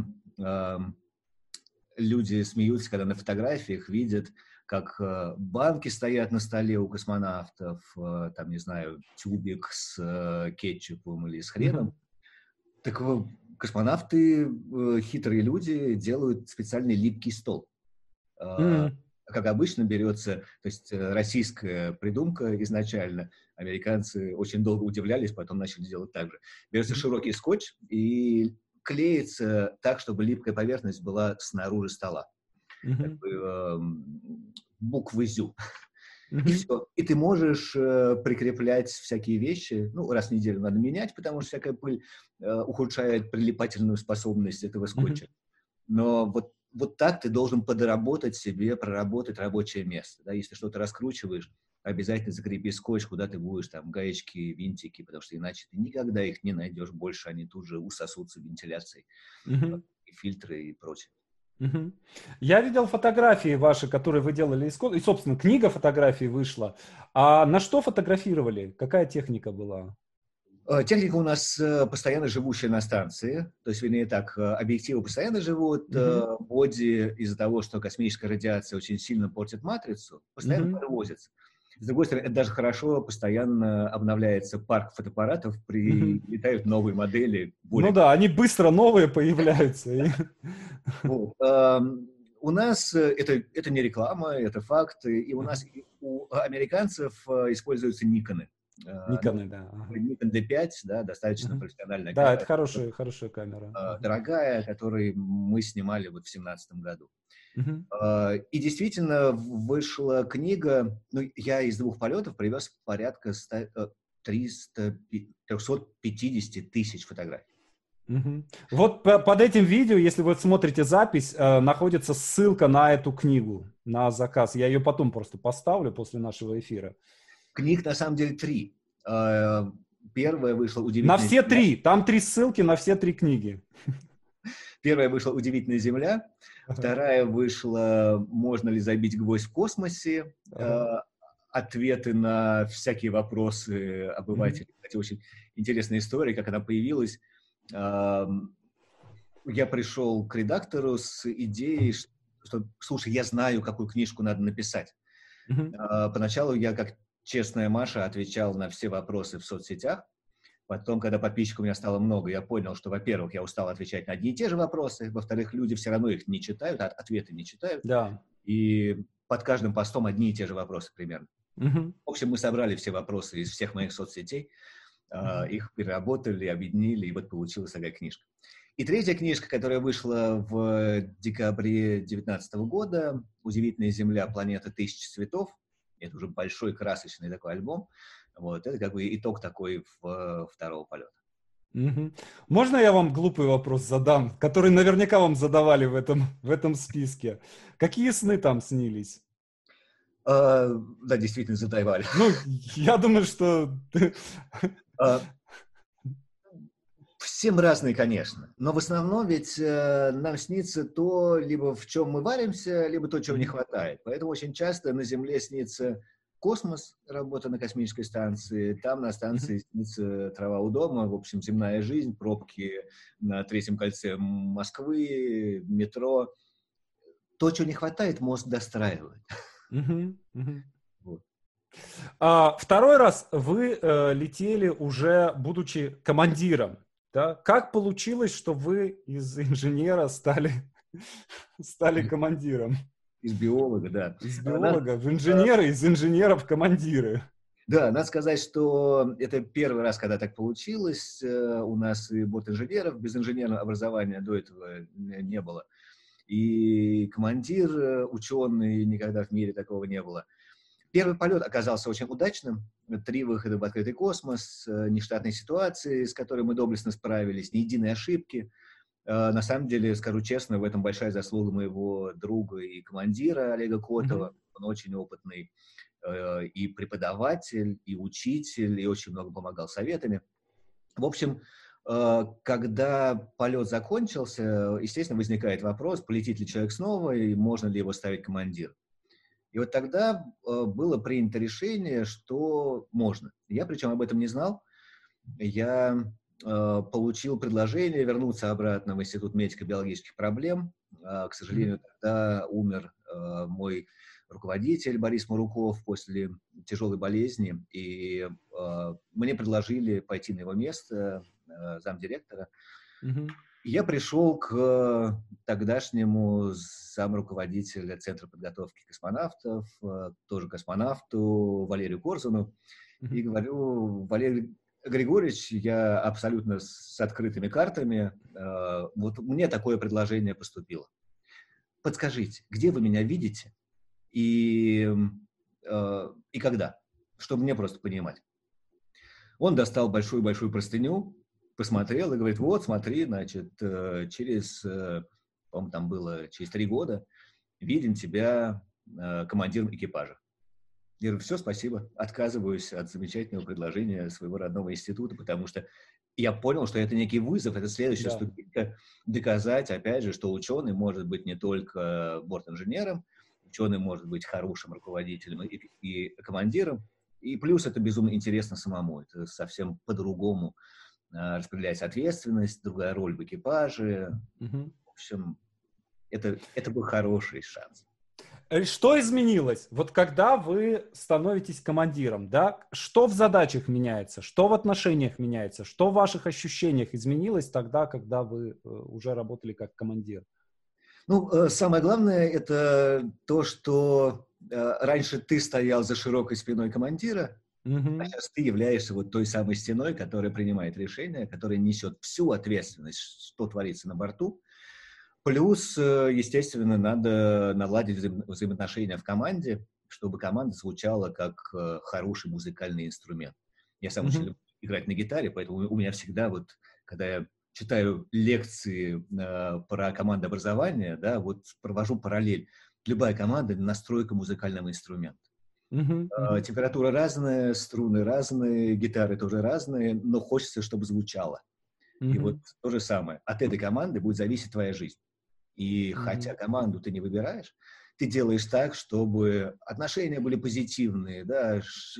люди смеются, когда на фотографиях видят, как банки стоят на столе у космонавтов, там, не знаю, тюбик с кетчупом или с хреном. Так космонавты, хитрые люди, делают специальный липкий стол. Как обычно берется, то есть российская придумка изначально, американцы очень долго удивлялись, потом начали делать так же. Берется широкий скотч и клеится так, чтобы липкая поверхность была снаружи стола. Буквы ЗЮ. И все. И ты можешь прикреплять всякие вещи. Ну, раз в неделю надо менять, потому что всякая пыль ухудшает прилипательную способность этого скотча. Но вот так ты должен подработать себе, проработать рабочее место. Да? Если что-то раскручиваешь, обязательно закрепи скотч, куда ты будешь, там, гаечки, винтики, потому что иначе ты никогда их не найдешь больше, они тут же усосутся вентиляцией, и фильтры и прочее. Мгм. Я видел фотографии ваши, которые вы делали из кода, и, собственно, книга фотографий вышла. А на что фотографировали? Какая техника была? Техника у нас постоянно живущая на станции, то есть, вернее так, объективы постоянно живут, Мгм. боди из-за того, что космическая радиация очень сильно портит матрицу, постоянно Мгм. подвозится. С другой стороны, это даже хорошо, постоянно обновляется парк фотоаппаратов, Мгм. прилетают новые модели, Ну более... да, они быстро новые появляются. Вот. У нас это не реклама, это факт, и у нас и у американцев используются Никоны. Ну, Никоны, да. Ага. Nikon D5, да, достаточно Мгм. профессиональная Да, это камера, хорошая камера. Ага. дорогая, которую мы снимали вот в 2017 году. Мгм. И действительно вышла книга, ну, я из 2 полетов привез порядка 350 тысяч фотографий. Мгм. Вот под этим видео, если вы смотрите запись, находится ссылка на эту книгу, на заказ. Я ее потом просто поставлю после нашего эфира. Книг на самом деле 3. Первая вышла На «Удивительная все земля». 3. Там 3 ссылки на все 3 книги. Первая вышла «Удивительная земля». Ага. Вторая вышла «Можно ли забить гвоздь в космосе?». Ага. Ответы на всякие вопросы Мгм. обывателей. Кстати, очень интересная история, как она появилась. Ам, Я пришел к редактору с идеей, что, слушай, я знаю, какую книжку надо написать. Мгм. Поначалу я, как честная Маша, отвечал на все вопросы в соцсетях. Потом, когда подписчиков у меня стало много, я понял, что, во-первых, я устал отвечать на одни и те же вопросы, во-вторых, люди все равно их не читают, ответы не читают, Да. и под каждым постом одни и те же вопросы примерно. Мгм. В общем, мы собрали все вопросы из всех моих соцсетей, Мгм. их переработали, объединили, и вот получилась такая книжка. И третья книжка, которая вышла в декабре 2019 года, «Удивительная Земля. Планета тысячи цветов». Это уже большой красочный такой альбом. Вот, это как бы итог такой второго полета. Мгм. Можно я вам глупый вопрос задам, который наверняка вам задавали в этом списке? Какие сны там снились? Да, действительно, задавали. Ну, я думаю, что... А, Всем разные, конечно, но в основном ведь нам снится то, либо в чем мы варимся, либо то, чего не Мгм. хватает. Поэтому очень часто на Земле снится космос, работа на космической станции, там на Мгм. станции снится трава у дома, в общем, земная жизнь, пробки на третьем кольце Москвы, метро. То, чего не хватает, мозг достраивает. Мгм. Мгм. Вот. Второй раз вы летели уже будучи командиром. Да? Как получилось, что вы из инженера стали командиром? Из биолога, да. Из Надо, биолога в инженеры, из инженеров в командиры. да, надо сказать, что это первый раз, когда так получилось. У нас и бот-инженеров без инженерного образования до этого не было. И командир ученый, никогда в мире такого не было. Первый полет оказался очень удачным. 3 выхода в открытый космос, нештатные ситуации, с которыми мы доблестно справились, ни единой ошибки. На самом деле, скажу честно, в этом большая заслуга моего друга и командира Олега Котова. Мгм. Он очень опытный и преподаватель, и учитель, и очень много помогал советами. В общем, когда полет закончился, естественно, возникает вопрос, полетит ли человек снова, и можно ли его ставить командир. И вот тогда было принято решение, что можно. Я причем об этом не знал. Я получил предложение вернуться обратно в Институт медико-биологических проблем. К Мгм. сожалению, тогда умер мой руководитель Борис Муруков после тяжелой болезни, и мне предложили пойти на его место замдиректора. Мгм. И я пришел к тогдашнему замруководителя Центра подготовки космонавтов, тоже космонавту Валерию Корзуну, и Мгм. говорю: Валерий Григорьевич, я абсолютно с открытыми картами, вот мне такое предложение поступило. Подскажите, где вы меня видите и когда? Чтобы мне просто понимать. Он достал большую-большую простыню, посмотрел и говорит: вот, смотри, значит, по-моему, там было через 3 года, видим тебя командиром экипажа. Я говорю: все, спасибо, отказываюсь от замечательного предложения своего родного института, потому что я понял, что это некий вызов, это следующая Да. ступенька, доказать, опять же, что ученый может быть не только борт-инженером, ученый может быть хорошим руководителем и командиром, и плюс это безумно интересно самому, это совсем по-другому распределяется ответственность, другая роль в экипаже, Мгм. в общем, это был хороший шанс. Что изменилось? Вот когда вы становитесь командиром, да, что в задачах меняется, что в отношениях меняется, что в ваших ощущениях изменилось тогда, когда вы уже работали как командир? Ну, самое главное, это то, что раньше ты стоял за широкой спиной командира, а Мгм. сейчас ты являешься вот той самой стеной, которая принимает решения, которая несет всю ответственность, что творится на борту. Плюс, естественно, надо наладить взаимоотношения в команде, чтобы команда звучала как хороший музыкальный инструмент. Я сам очень Мгм. люблю играть на гитаре, поэтому у меня всегда вот, когда я читаю лекции про командообразование, да, вот провожу параллель. Любая команда — это настройка музыкального инструмента. Мгм. Мгм. Температура разная, струны разные, гитары тоже разные, но хочется, чтобы звучало. И вот Мгм. то же самое. От этой команды будет зависеть твоя жизнь. И хотя Мгм. команду ты не выбираешь, ты делаешь так, чтобы отношения были позитивные, да,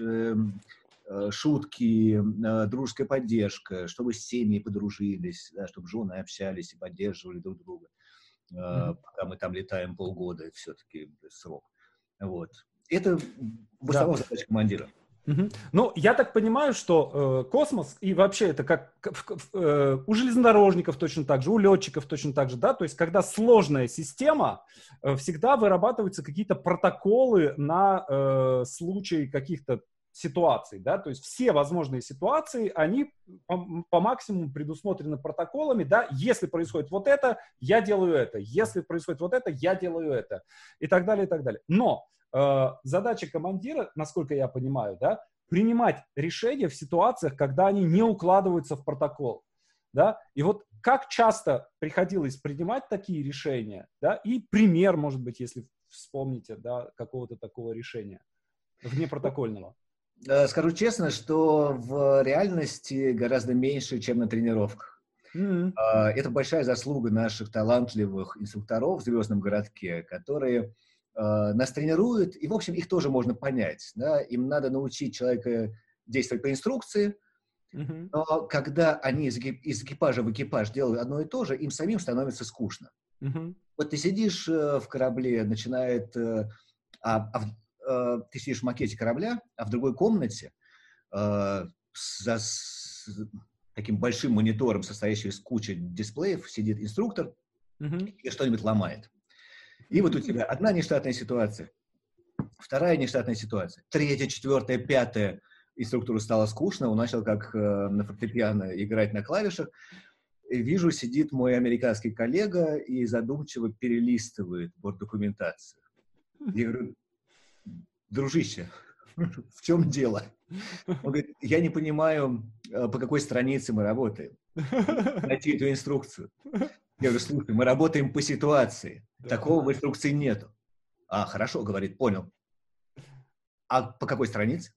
шутки, дружеская поддержка, чтобы семьи подружились, да, чтобы жены общались и поддерживали друг друга, Мгм. пока мы там летаем полгода, все-таки срок. Вот. Это в Да. основном задача командира. Мгм. Ну, я так понимаю, что космос и вообще это как у железнодорожников точно так же, у летчиков точно так же, да, то есть когда сложная система, всегда вырабатываются какие-то протоколы на случай каких-то ситуаций, да, то есть все возможные ситуации, они по максимуму предусмотрены протоколами, да, если происходит вот это, я делаю это, если происходит вот это, я делаю это, и так далее, и так далее. Но задача командира, насколько я понимаю, да, принимать решения в ситуациях, когда они не укладываются в протокол, да, и вот как часто приходилось принимать такие решения, да, и пример, может быть, если вспомните, да, какого-то такого решения внепротокольного. Скажу честно, что в реальности гораздо меньше, чем на тренировках. М. Это большая заслуга наших талантливых инструкторов в «Звездном городке», которые нас тренируют, и, в общем, их тоже можно понять. Да? Им надо научить человека действовать по инструкции, Мгм. но когда они из экипажа в экипаж делают одно и то же, им самим становится скучно. Мгм. Вот ты сидишь в корабле, ты сидишь в макете корабля, а в другой комнате с таким большим монитором, состоящим из кучи дисплеев, сидит инструктор Мгм. и что-нибудь ломает. И вот у тебя одна нештатная ситуация, вторая нештатная ситуация, третья, четвертая, пятая. Инструктору стало скучно, он начал как на фортепиано играть на клавишах. И вижу, сидит мой американский коллега и задумчиво перелистывает бортдокументацию. Я говорю: дружище, в чем дело? Он говорит: я не понимаю, по какой странице мы работаем. Найти эту инструкцию. Я говорю: слушай, мы работаем по ситуации. Да. Такого в инструкции нету. Хорошо, говорит, понял. А по какой странице?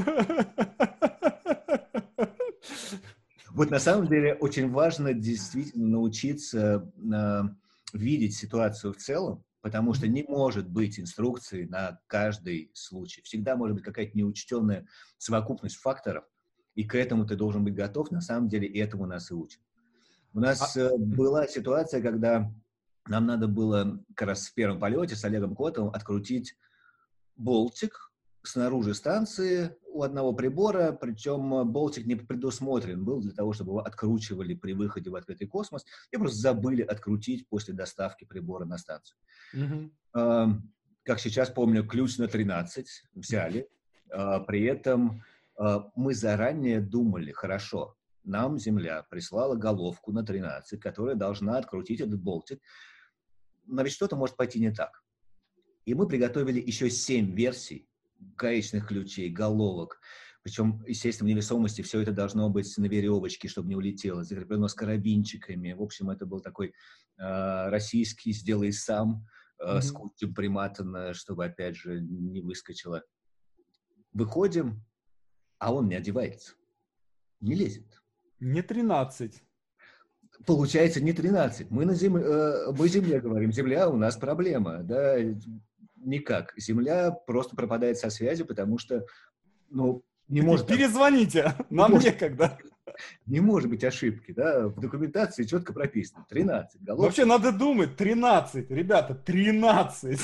Вот на самом деле очень важно действительно научиться видеть ситуацию в целом, потому что Мгм. не может быть инструкции на каждый случай. Всегда может быть какая-то неучтенная совокупность факторов, и к этому ты должен быть готов. На самом деле этому нас и учат. У нас А, была ситуация, когда нам надо было как раз в первом полете с Олегом Котовым открутить болтик снаружи станции у одного прибора, причем болтик не предусмотрен был для того, чтобы его откручивали при выходе в открытый космос, и просто забыли открутить после доставки прибора на станцию. Мгм. Как сейчас помню, ключ на 13 взяли, при этом мы заранее думали, хорошо, нам Земля прислала головку на 13, которая должна открутить этот болтик, но ведь что-то может пойти не так. И мы приготовили еще 7 версий гаечных ключей, головок. Причем, естественно, в невесомости все это должно быть на веревочке, чтобы не улетело, закреплено с карабинчиками. В общем, это был такой российский «сделай сам», Мгм. скотчем приматано, чтобы, опять же, не выскочило. Выходим, а он не одевается, не лезет. Не 13. Получается, не 13. Мы Земле говорим, Земля у нас проблема, да, никак. Земля просто пропадает со связи, потому что, ну, не Такие, может, перезвоните, не нам может, некогда. не может быть ошибки, да, в документации четко прописано, 13, Вообще головка. надо думать, 13, ребята, 13.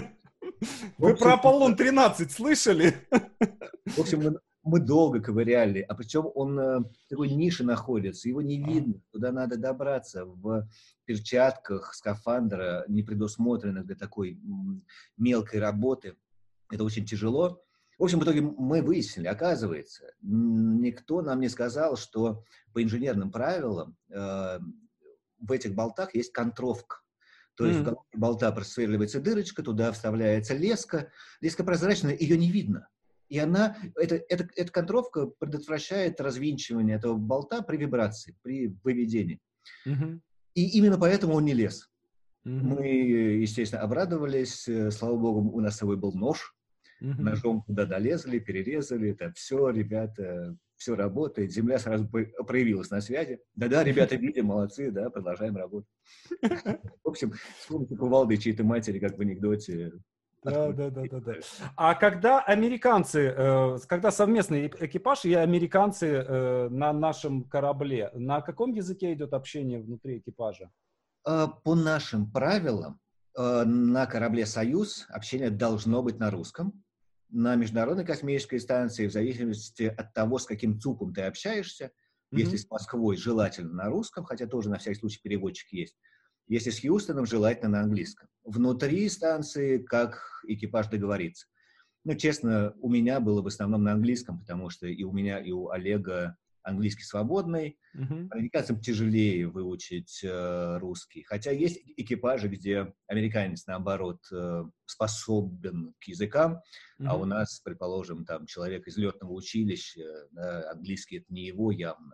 В Вы про общем, Аполлон-13 слышали? в общем, мы долго ковыряли, а причем он в такой нише находится, его не видно, туда надо добраться в перчатках, скафандра, не предусмотренных для такой мелкой работы. Это очень тяжело. В общем, в итоге мы выяснили, оказывается, никто нам не сказал, что по инженерным правилам в этих болтах есть контровка. То есть в головке болта просверливается дырочка, туда вставляется леска. Леска прозрачная, ее не видно. И эта контровка предотвращает развинчивание этого болта при вибрации, при выведении. И именно поэтому он не лез. Мы, естественно, обрадовались. Слава богу, у нас с собой был нож. Ножом туда долезли, перерезали. Это все, ребята, все работает. Земля сразу проявилась на связи. Да-да, ребята, видим, молодцы, да, продолжаем работать. В общем, вспомните кувалды чьей-то матери, как в анекдоте. Да. А когда американцы, когда совместный экипаж и американцы на нашем корабле, на каком языке идет общение внутри экипажа? По нашим правилам, на корабле «Союз» общение должно быть на русском. На Международной космической станции, в зависимости от того, с каким ЦУПом ты общаешься, если с Москвой, желательно на русском, хотя тоже на всякий случай переводчик есть. Если с Хьюстоном, желательно на английском. Внутри станции, как экипаж договорится. Ну, честно, у меня было в основном на английском, потому что и у меня, и у Олега английский свободный. Американцам тяжелее выучить русский. Хотя есть экипажи, где американец, наоборот, способен к языкам, а у нас, предположим, там человек из летного училища, да, английский это не его явно.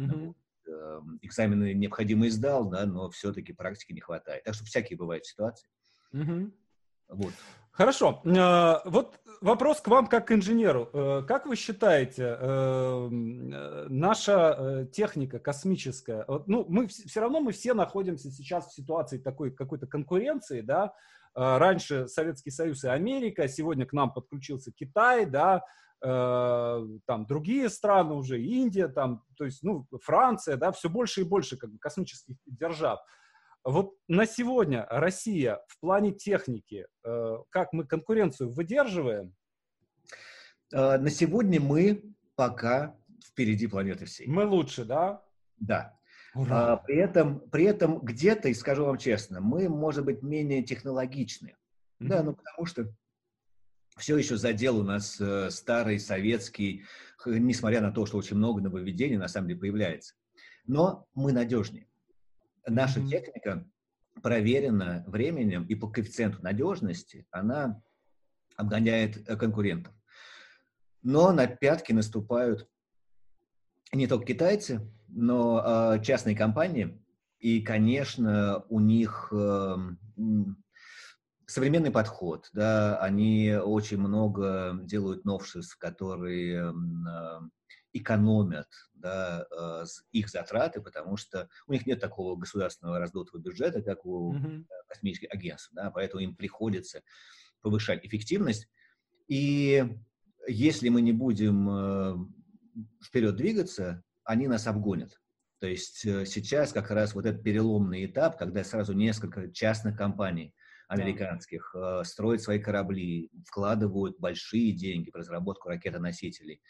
Экзамены необходимо сдал, да, но все-таки практики не хватает. Так что всякие бывают ситуации. Вот. Хорошо. Вот вопрос к вам как к инженеру. Как вы считаете, наша техника космическая, ну, мы все равно мы все находимся сейчас в ситуации такой какой-то конкуренции, да? Раньше Советский Союз и Америка, сегодня к нам подключился Китай, да, там другие страны уже, Индия, там, то есть, ну, Франция, да, все больше и больше как бы космических держав. Вот на сегодня Россия в плане техники, как мы конкуренцию выдерживаем? На сегодня мы пока впереди планеты всей. Мы лучше, да? Да. Ура! При этом где-то, и скажу вам честно, мы, может быть, менее технологичны. Да, ну потому что все еще задел у нас старый, советский, несмотря на то, что очень много нововведений на самом деле появляется. Но мы надежнее. Наша техника проверена временем, и по коэффициенту надежности она обгоняет конкурентов. Но на пятки наступают не только китайцы, но частные компании. И, конечно, у них современный подход. Да, они очень много делают новшеств, которые экономят, да, их затраты, потому что у них нет такого государственного раздутого бюджета, как у космических агентств. Да, поэтому им приходится повышать эффективность. И если мы не будем вперед двигаться, они нас обгонят. То есть сейчас как раз вот этот переломный этап, когда сразу несколько частных компаний американских строят свои корабли, вкладывают большие деньги в разработку ракетоносителей.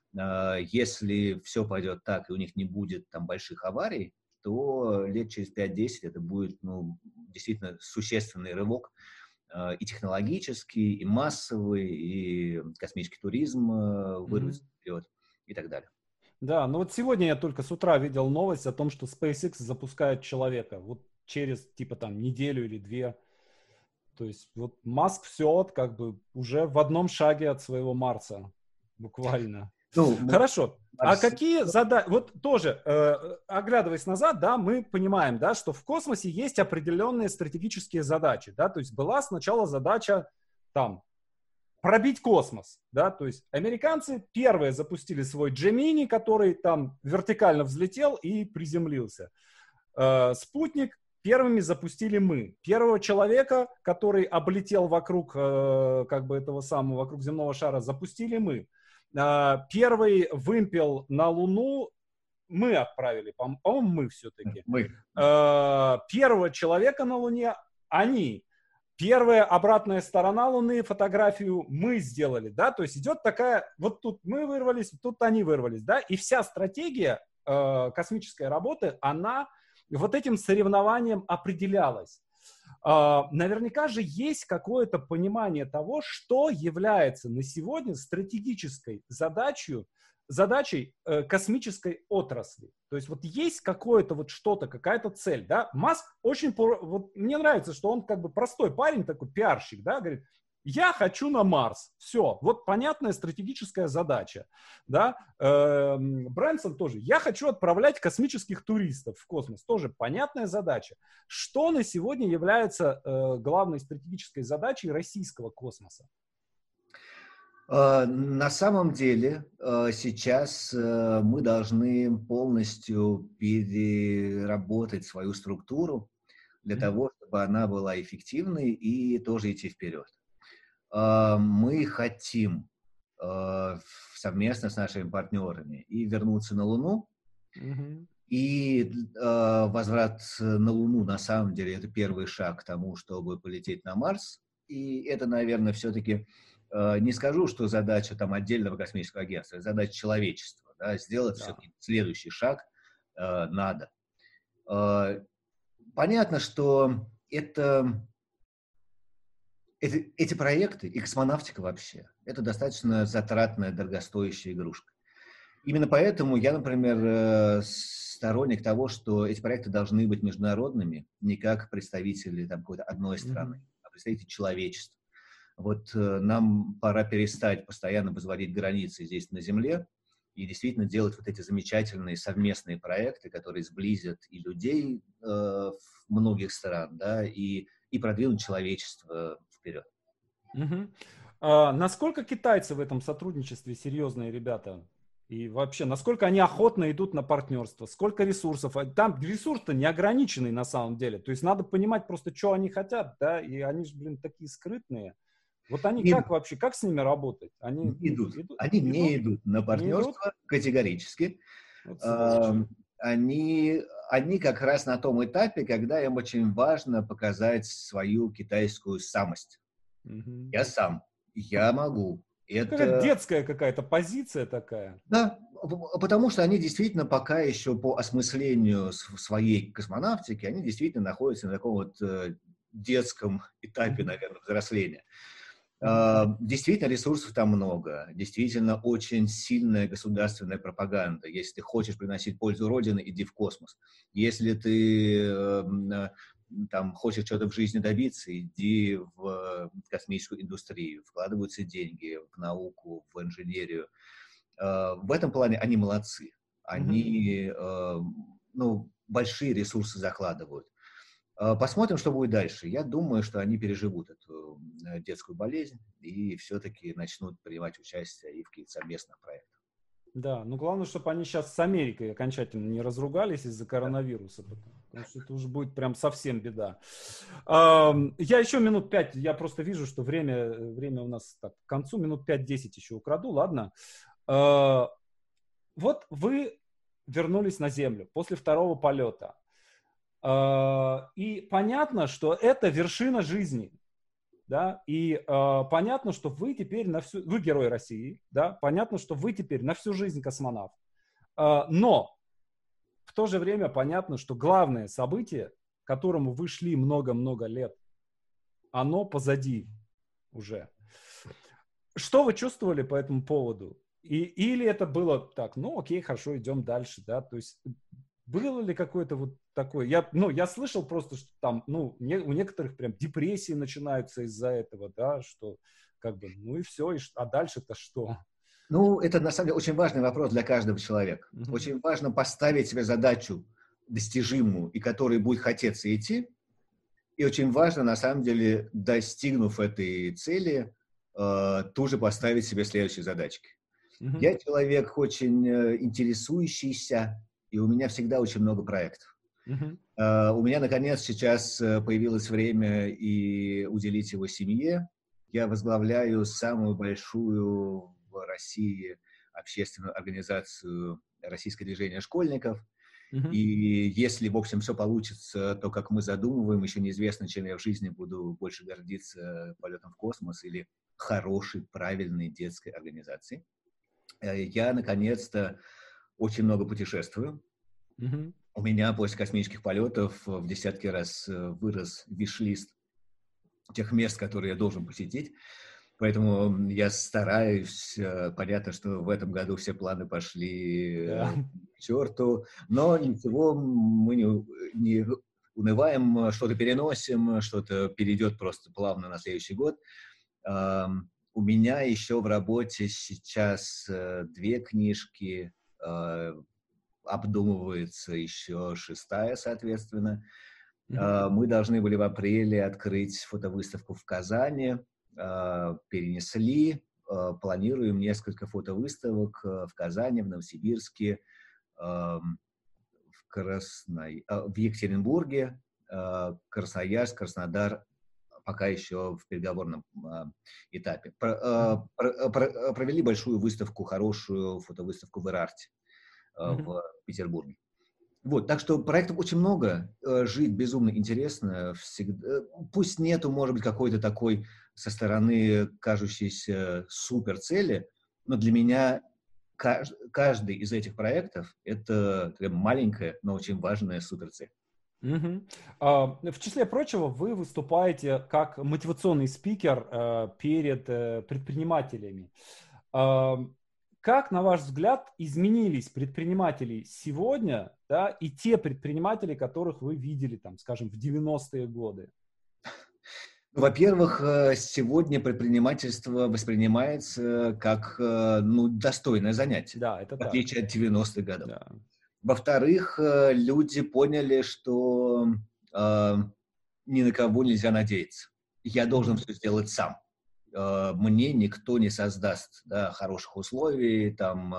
Если все пойдет так, и у них не будет там больших аварий, то лет через 5-10 это будет, ну, действительно существенный рывок и технологический, и массовый, и космический туризм вырвется вперед и так далее. Да, ну вот сегодня я только с утра видел новость о том, что SpaceX запускает человека вот через типа там неделю или две. То есть вот Маск все как бы уже в одном шаге от своего Марса, буквально. Ну, хорошо. А какие задачи... Вот тоже, оглядываясь назад, да, мы понимаем, да, что в космосе есть определенные стратегические задачи, да, то есть была сначала задача там пробить космос, да, то есть американцы первые запустили свой Gemini, который там вертикально взлетел и приземлился. Спутник первыми запустили мы. Первого человека, который облетел вокруг, как бы этого самого, вокруг земного шара, запустили мы. Первый вымпел на Луну мы отправили, по-моему, мы все-таки. Первого человека на Луне они. Первая обратная сторона Луны, фотографию мы сделали, да, то есть идет такая, вот тут мы вырвались, тут они вырвались, да, и вся стратегия космической работы, она вот этим соревнованием определялась. Наверняка же есть какое-то понимание того, что является на сегодня стратегической задачей космической отрасли. То есть вот есть какое-то вот что-то, какая-то цель, да. Маск очень, вот мне нравится, что он как бы простой парень, такой пиарщик, да, говорит, я хочу на Марс. Все, вот понятная стратегическая задача, да. Брэнсон тоже, я хочу отправлять космических туристов в космос, тоже понятная задача. Что на сегодня является главной стратегической задачей российского космоса? На самом деле сейчас мы должны полностью переработать свою структуру для того, чтобы она была эффективной и тоже идти вперед. Мы хотим совместно с нашими партнерами и вернуться на Луну, и возврат на Луну на самом деле это первый шаг к тому, чтобы полететь на Марс, и это, наверное, все-таки не скажу, что задача там отдельного космического агентства, это задача человечества, да, сделать все-таки следующий шаг надо. Понятно, что эти проекты и космонавтика вообще, это достаточно затратная, дорогостоящая игрушка. Именно поэтому я, например, сторонник того, что эти проекты должны быть международными, не как представители там, какой-то одной страны, а представители человечества. Вот нам пора перестать постоянно возводить границы здесь на Земле и действительно делать вот эти замечательные совместные проекты, которые сблизят и людей многих стран, да, и продвинуть человечество вперед. Насколько китайцы в этом сотрудничестве серьезные ребята? И вообще, насколько они охотно идут на партнерство? Сколько ресурсов? Там ресурс-то неограниченный на самом деле. То есть надо понимать просто, что они хотят, да, и они же, блин, такие скрытные. Вот они как вообще, как с ними работать? Они не идут на партнерство категорически. Вот они как раз на том этапе, когда им очень важно показать свою китайскую самость. Я сам, я могу. Это детская какая-то позиция такая. Да, потому что они действительно пока еще по осмыслению своей космонавтики, они действительно находятся на таком вот детском этапе, наверное, взросления. Действительно, ресурсов там много. Действительно, очень сильная государственная пропаганда. Если ты хочешь приносить пользу Родине, иди в космос. Если ты там хочешь что-то в жизни добиться, иди в космическую индустрию. Вкладываются деньги в науку, в инженерию. В этом плане они молодцы. Они большие ресурсы закладывают. Посмотрим, что будет дальше. Я думаю, что они переживут эту детскую болезнь и все-таки начнут принимать участие и в каких-то совместных проектах. Да, но главное, чтобы они сейчас с Америкой окончательно не разругались из-за коронавируса, потому что это уже будет прям совсем беда. Я еще минут 5, я просто вижу, что время у нас так, к концу, минут 5-10 еще украду, ладно. Вот вы вернулись на Землю после второго полета. И понятно, что это вершина жизни, да, и понятно, что вы теперь вы герой России, да, понятно, что вы теперь на всю жизнь космонавт, но в то же время понятно, что главное событие, к которому вы шли много-много лет, оно позади уже. Что вы чувствовали по этому поводу? Или это было так, ну окей, хорошо, идем дальше, да, то есть было ли какое-то вот такое, я слышал просто, что там, у некоторых прям депрессии начинаются из-за этого, да, что как бы, ну и все, а дальше-то что? Это на самом деле очень важный вопрос для каждого человека. Очень важно поставить себе задачу достижимую, и которой будет хотеться идти, и очень важно, на самом деле, достигнув этой цели, тут же поставить себе следующие задачки. Мгм. Я человек очень интересующийся, и у меня всегда очень много проектов. Мгм. У меня, наконец, сейчас появилось время и уделить его семье. Я возглавляю самую большую в России общественную организацию «Российское движение школьников». И Мгм. если, в общем, все получится, то, как мы задумываем, еще неизвестно, чем я в жизни буду больше гордиться: полетом в космос или хорошей, правильной детской организацией. Я, наконец-то, очень много путешествую. Мгм. У меня после космических полетов в десятки раз вырос виш-лист тех мест, которые я должен посетить. Поэтому я стараюсь. Понятно, что в этом году все планы пошли Да. к черту, но ничего, мы не унываем, что-то переносим, что-то перейдет просто плавно на следующий год. У меня еще в работе сейчас 2 книжки, обдумывается еще 6-я, соответственно. Мгм. Мы должны были в апреле открыть фотовыставку в Казани, перенесли, планируем несколько фотовыставок в Казани, в Новосибирске, в Екатеринбурге, Красноярск, Краснодар пока еще в переговорном этапе. Мгм. Провели большую выставку, хорошую фотовыставку в Ирарте, Мгм. в Петербурге. Вот, так что проектов очень много, жить безумно интересно всегда. Пусть нету, может быть, какой-то такой со стороны кажущейся супер цели, но для меня каждый из этих проектов — это такая маленькая, но очень важная суперцель. Мгм. В числе прочего, вы выступаете как мотивационный спикер перед предпринимателями. А, Как, на ваш взгляд, изменились предприниматели сегодня, да, и те предприниматели, которых вы видели, там, скажем, в 90-е годы? Во-первых, сегодня предпринимательство воспринимается как, ну, достойное занятие, Да, это в так. отличие от 90-х годов. Да. Во-вторых, люди поняли, что э, ни на кого нельзя надеяться. Я должен Мгм. все сделать сам. Мне никто не создаст, да, хороших условий, там,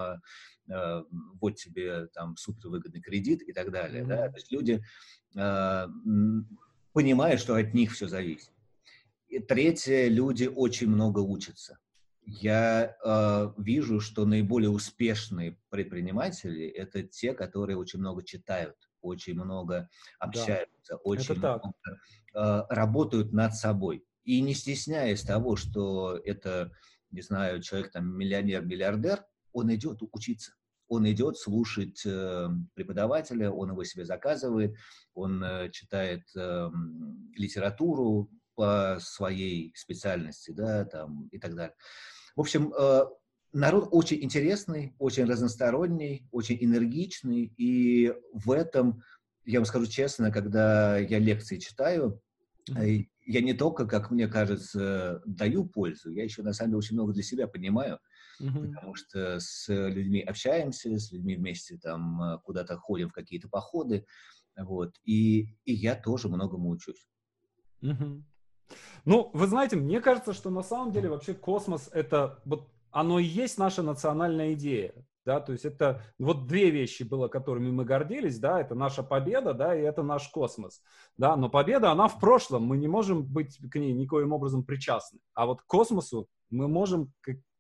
вот тебе там супервыгодный кредит и так далее. Да? Мгм. То есть люди понимают, что от них все зависит. И третье, люди очень много учатся. Я вижу, что наиболее успешные предприниматели — это те, которые очень много читают, очень много Да, общаются, это очень так. много работают над собой. И не стесняясь того, что это, не знаю, человек там миллионер, миллиардер, он идет учиться. Он идет слушать преподавателя, он его себе заказывает, он читает литературу по своей специальности, да, там, и так далее. В общем, народ очень интересный, очень разносторонний, очень энергичный, и в этом, я вам скажу честно, когда я лекции читаю, Мгм. я не только, как мне кажется, даю пользу, я еще, на самом деле, очень много для себя понимаю, Мгм. потому что с людьми общаемся, с людьми вместе там куда-то ходим в какие-то походы, вот, и я тоже многому учусь. Мгм. Ну, вы знаете, мне кажется, что на самом деле вообще космос это вот оно и есть наша национальная идея. Да, то есть это вот две вещи было, которыми мы гордились, да, это наша победа, да, и это наш космос, да, но победа, она в прошлом, мы не можем быть к ней никоим образом причастны, а вот к космосу мы можем,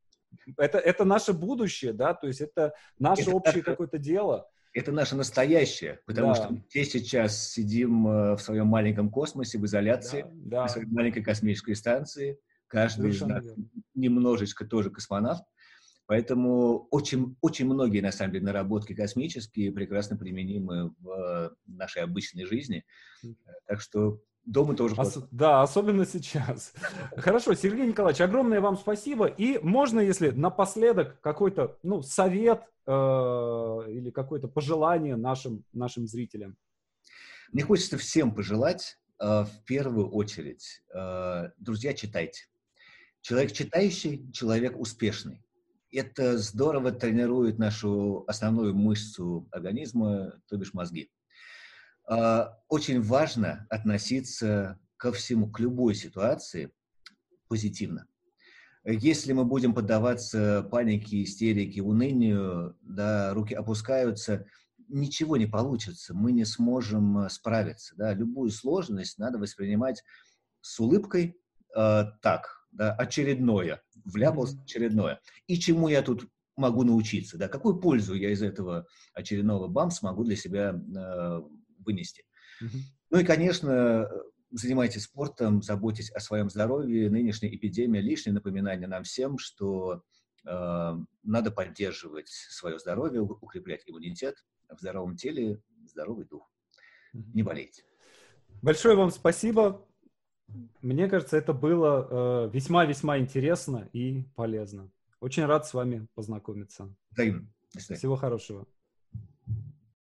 это наше будущее, да, то есть это наше Это общее какое-то дело, Это наше настоящее, потому что да, мы все сейчас сидим в своем маленьком космосе, в изоляции, да, на да, своей маленькой космической станции. Каждый из совершенно нас верно. немножечко тоже космонавт. Поэтому очень, очень многие, на самом деле, наработки космические прекрасно применимы в нашей обычной жизни. Так что дома тоже космос. Да, особенно сейчас. Хорошо, Сергей Николаевич, огромное вам спасибо. И можно, если напоследок какой-то, ну, совет или какое-то пожелание нашим зрителям? Мне хочется всем пожелать, в первую очередь, друзья, читайте. Человек читающий — человек успешный. Это здорово тренирует нашу основную мышцу организма, то бишь мозги. Очень важно относиться ко всему, к любой ситуации позитивно. Если мы будем поддаваться панике, истерике, унынию, да, руки опускаются, ничего не получится, мы не сможем справиться. Да. Любую сложность надо воспринимать с улыбкой, так, да, очередное, вляпался очередное. И чему я тут могу научиться, да, какую пользу я из этого очередного смогу для себя вынести. Ну и, конечно, занимайтесь спортом, заботьтесь о своем здоровье. Нынешняя эпидемия — лишнее напоминание нам всем, что надо поддерживать свое здоровье, укреплять иммунитет. В здоровом теле здоровый дух. Не болейте. Большое вам спасибо. Мне кажется, это было весьма-весьма интересно и полезно. Очень рад с вами познакомиться. Взаимно. До свидания. Всего хорошего.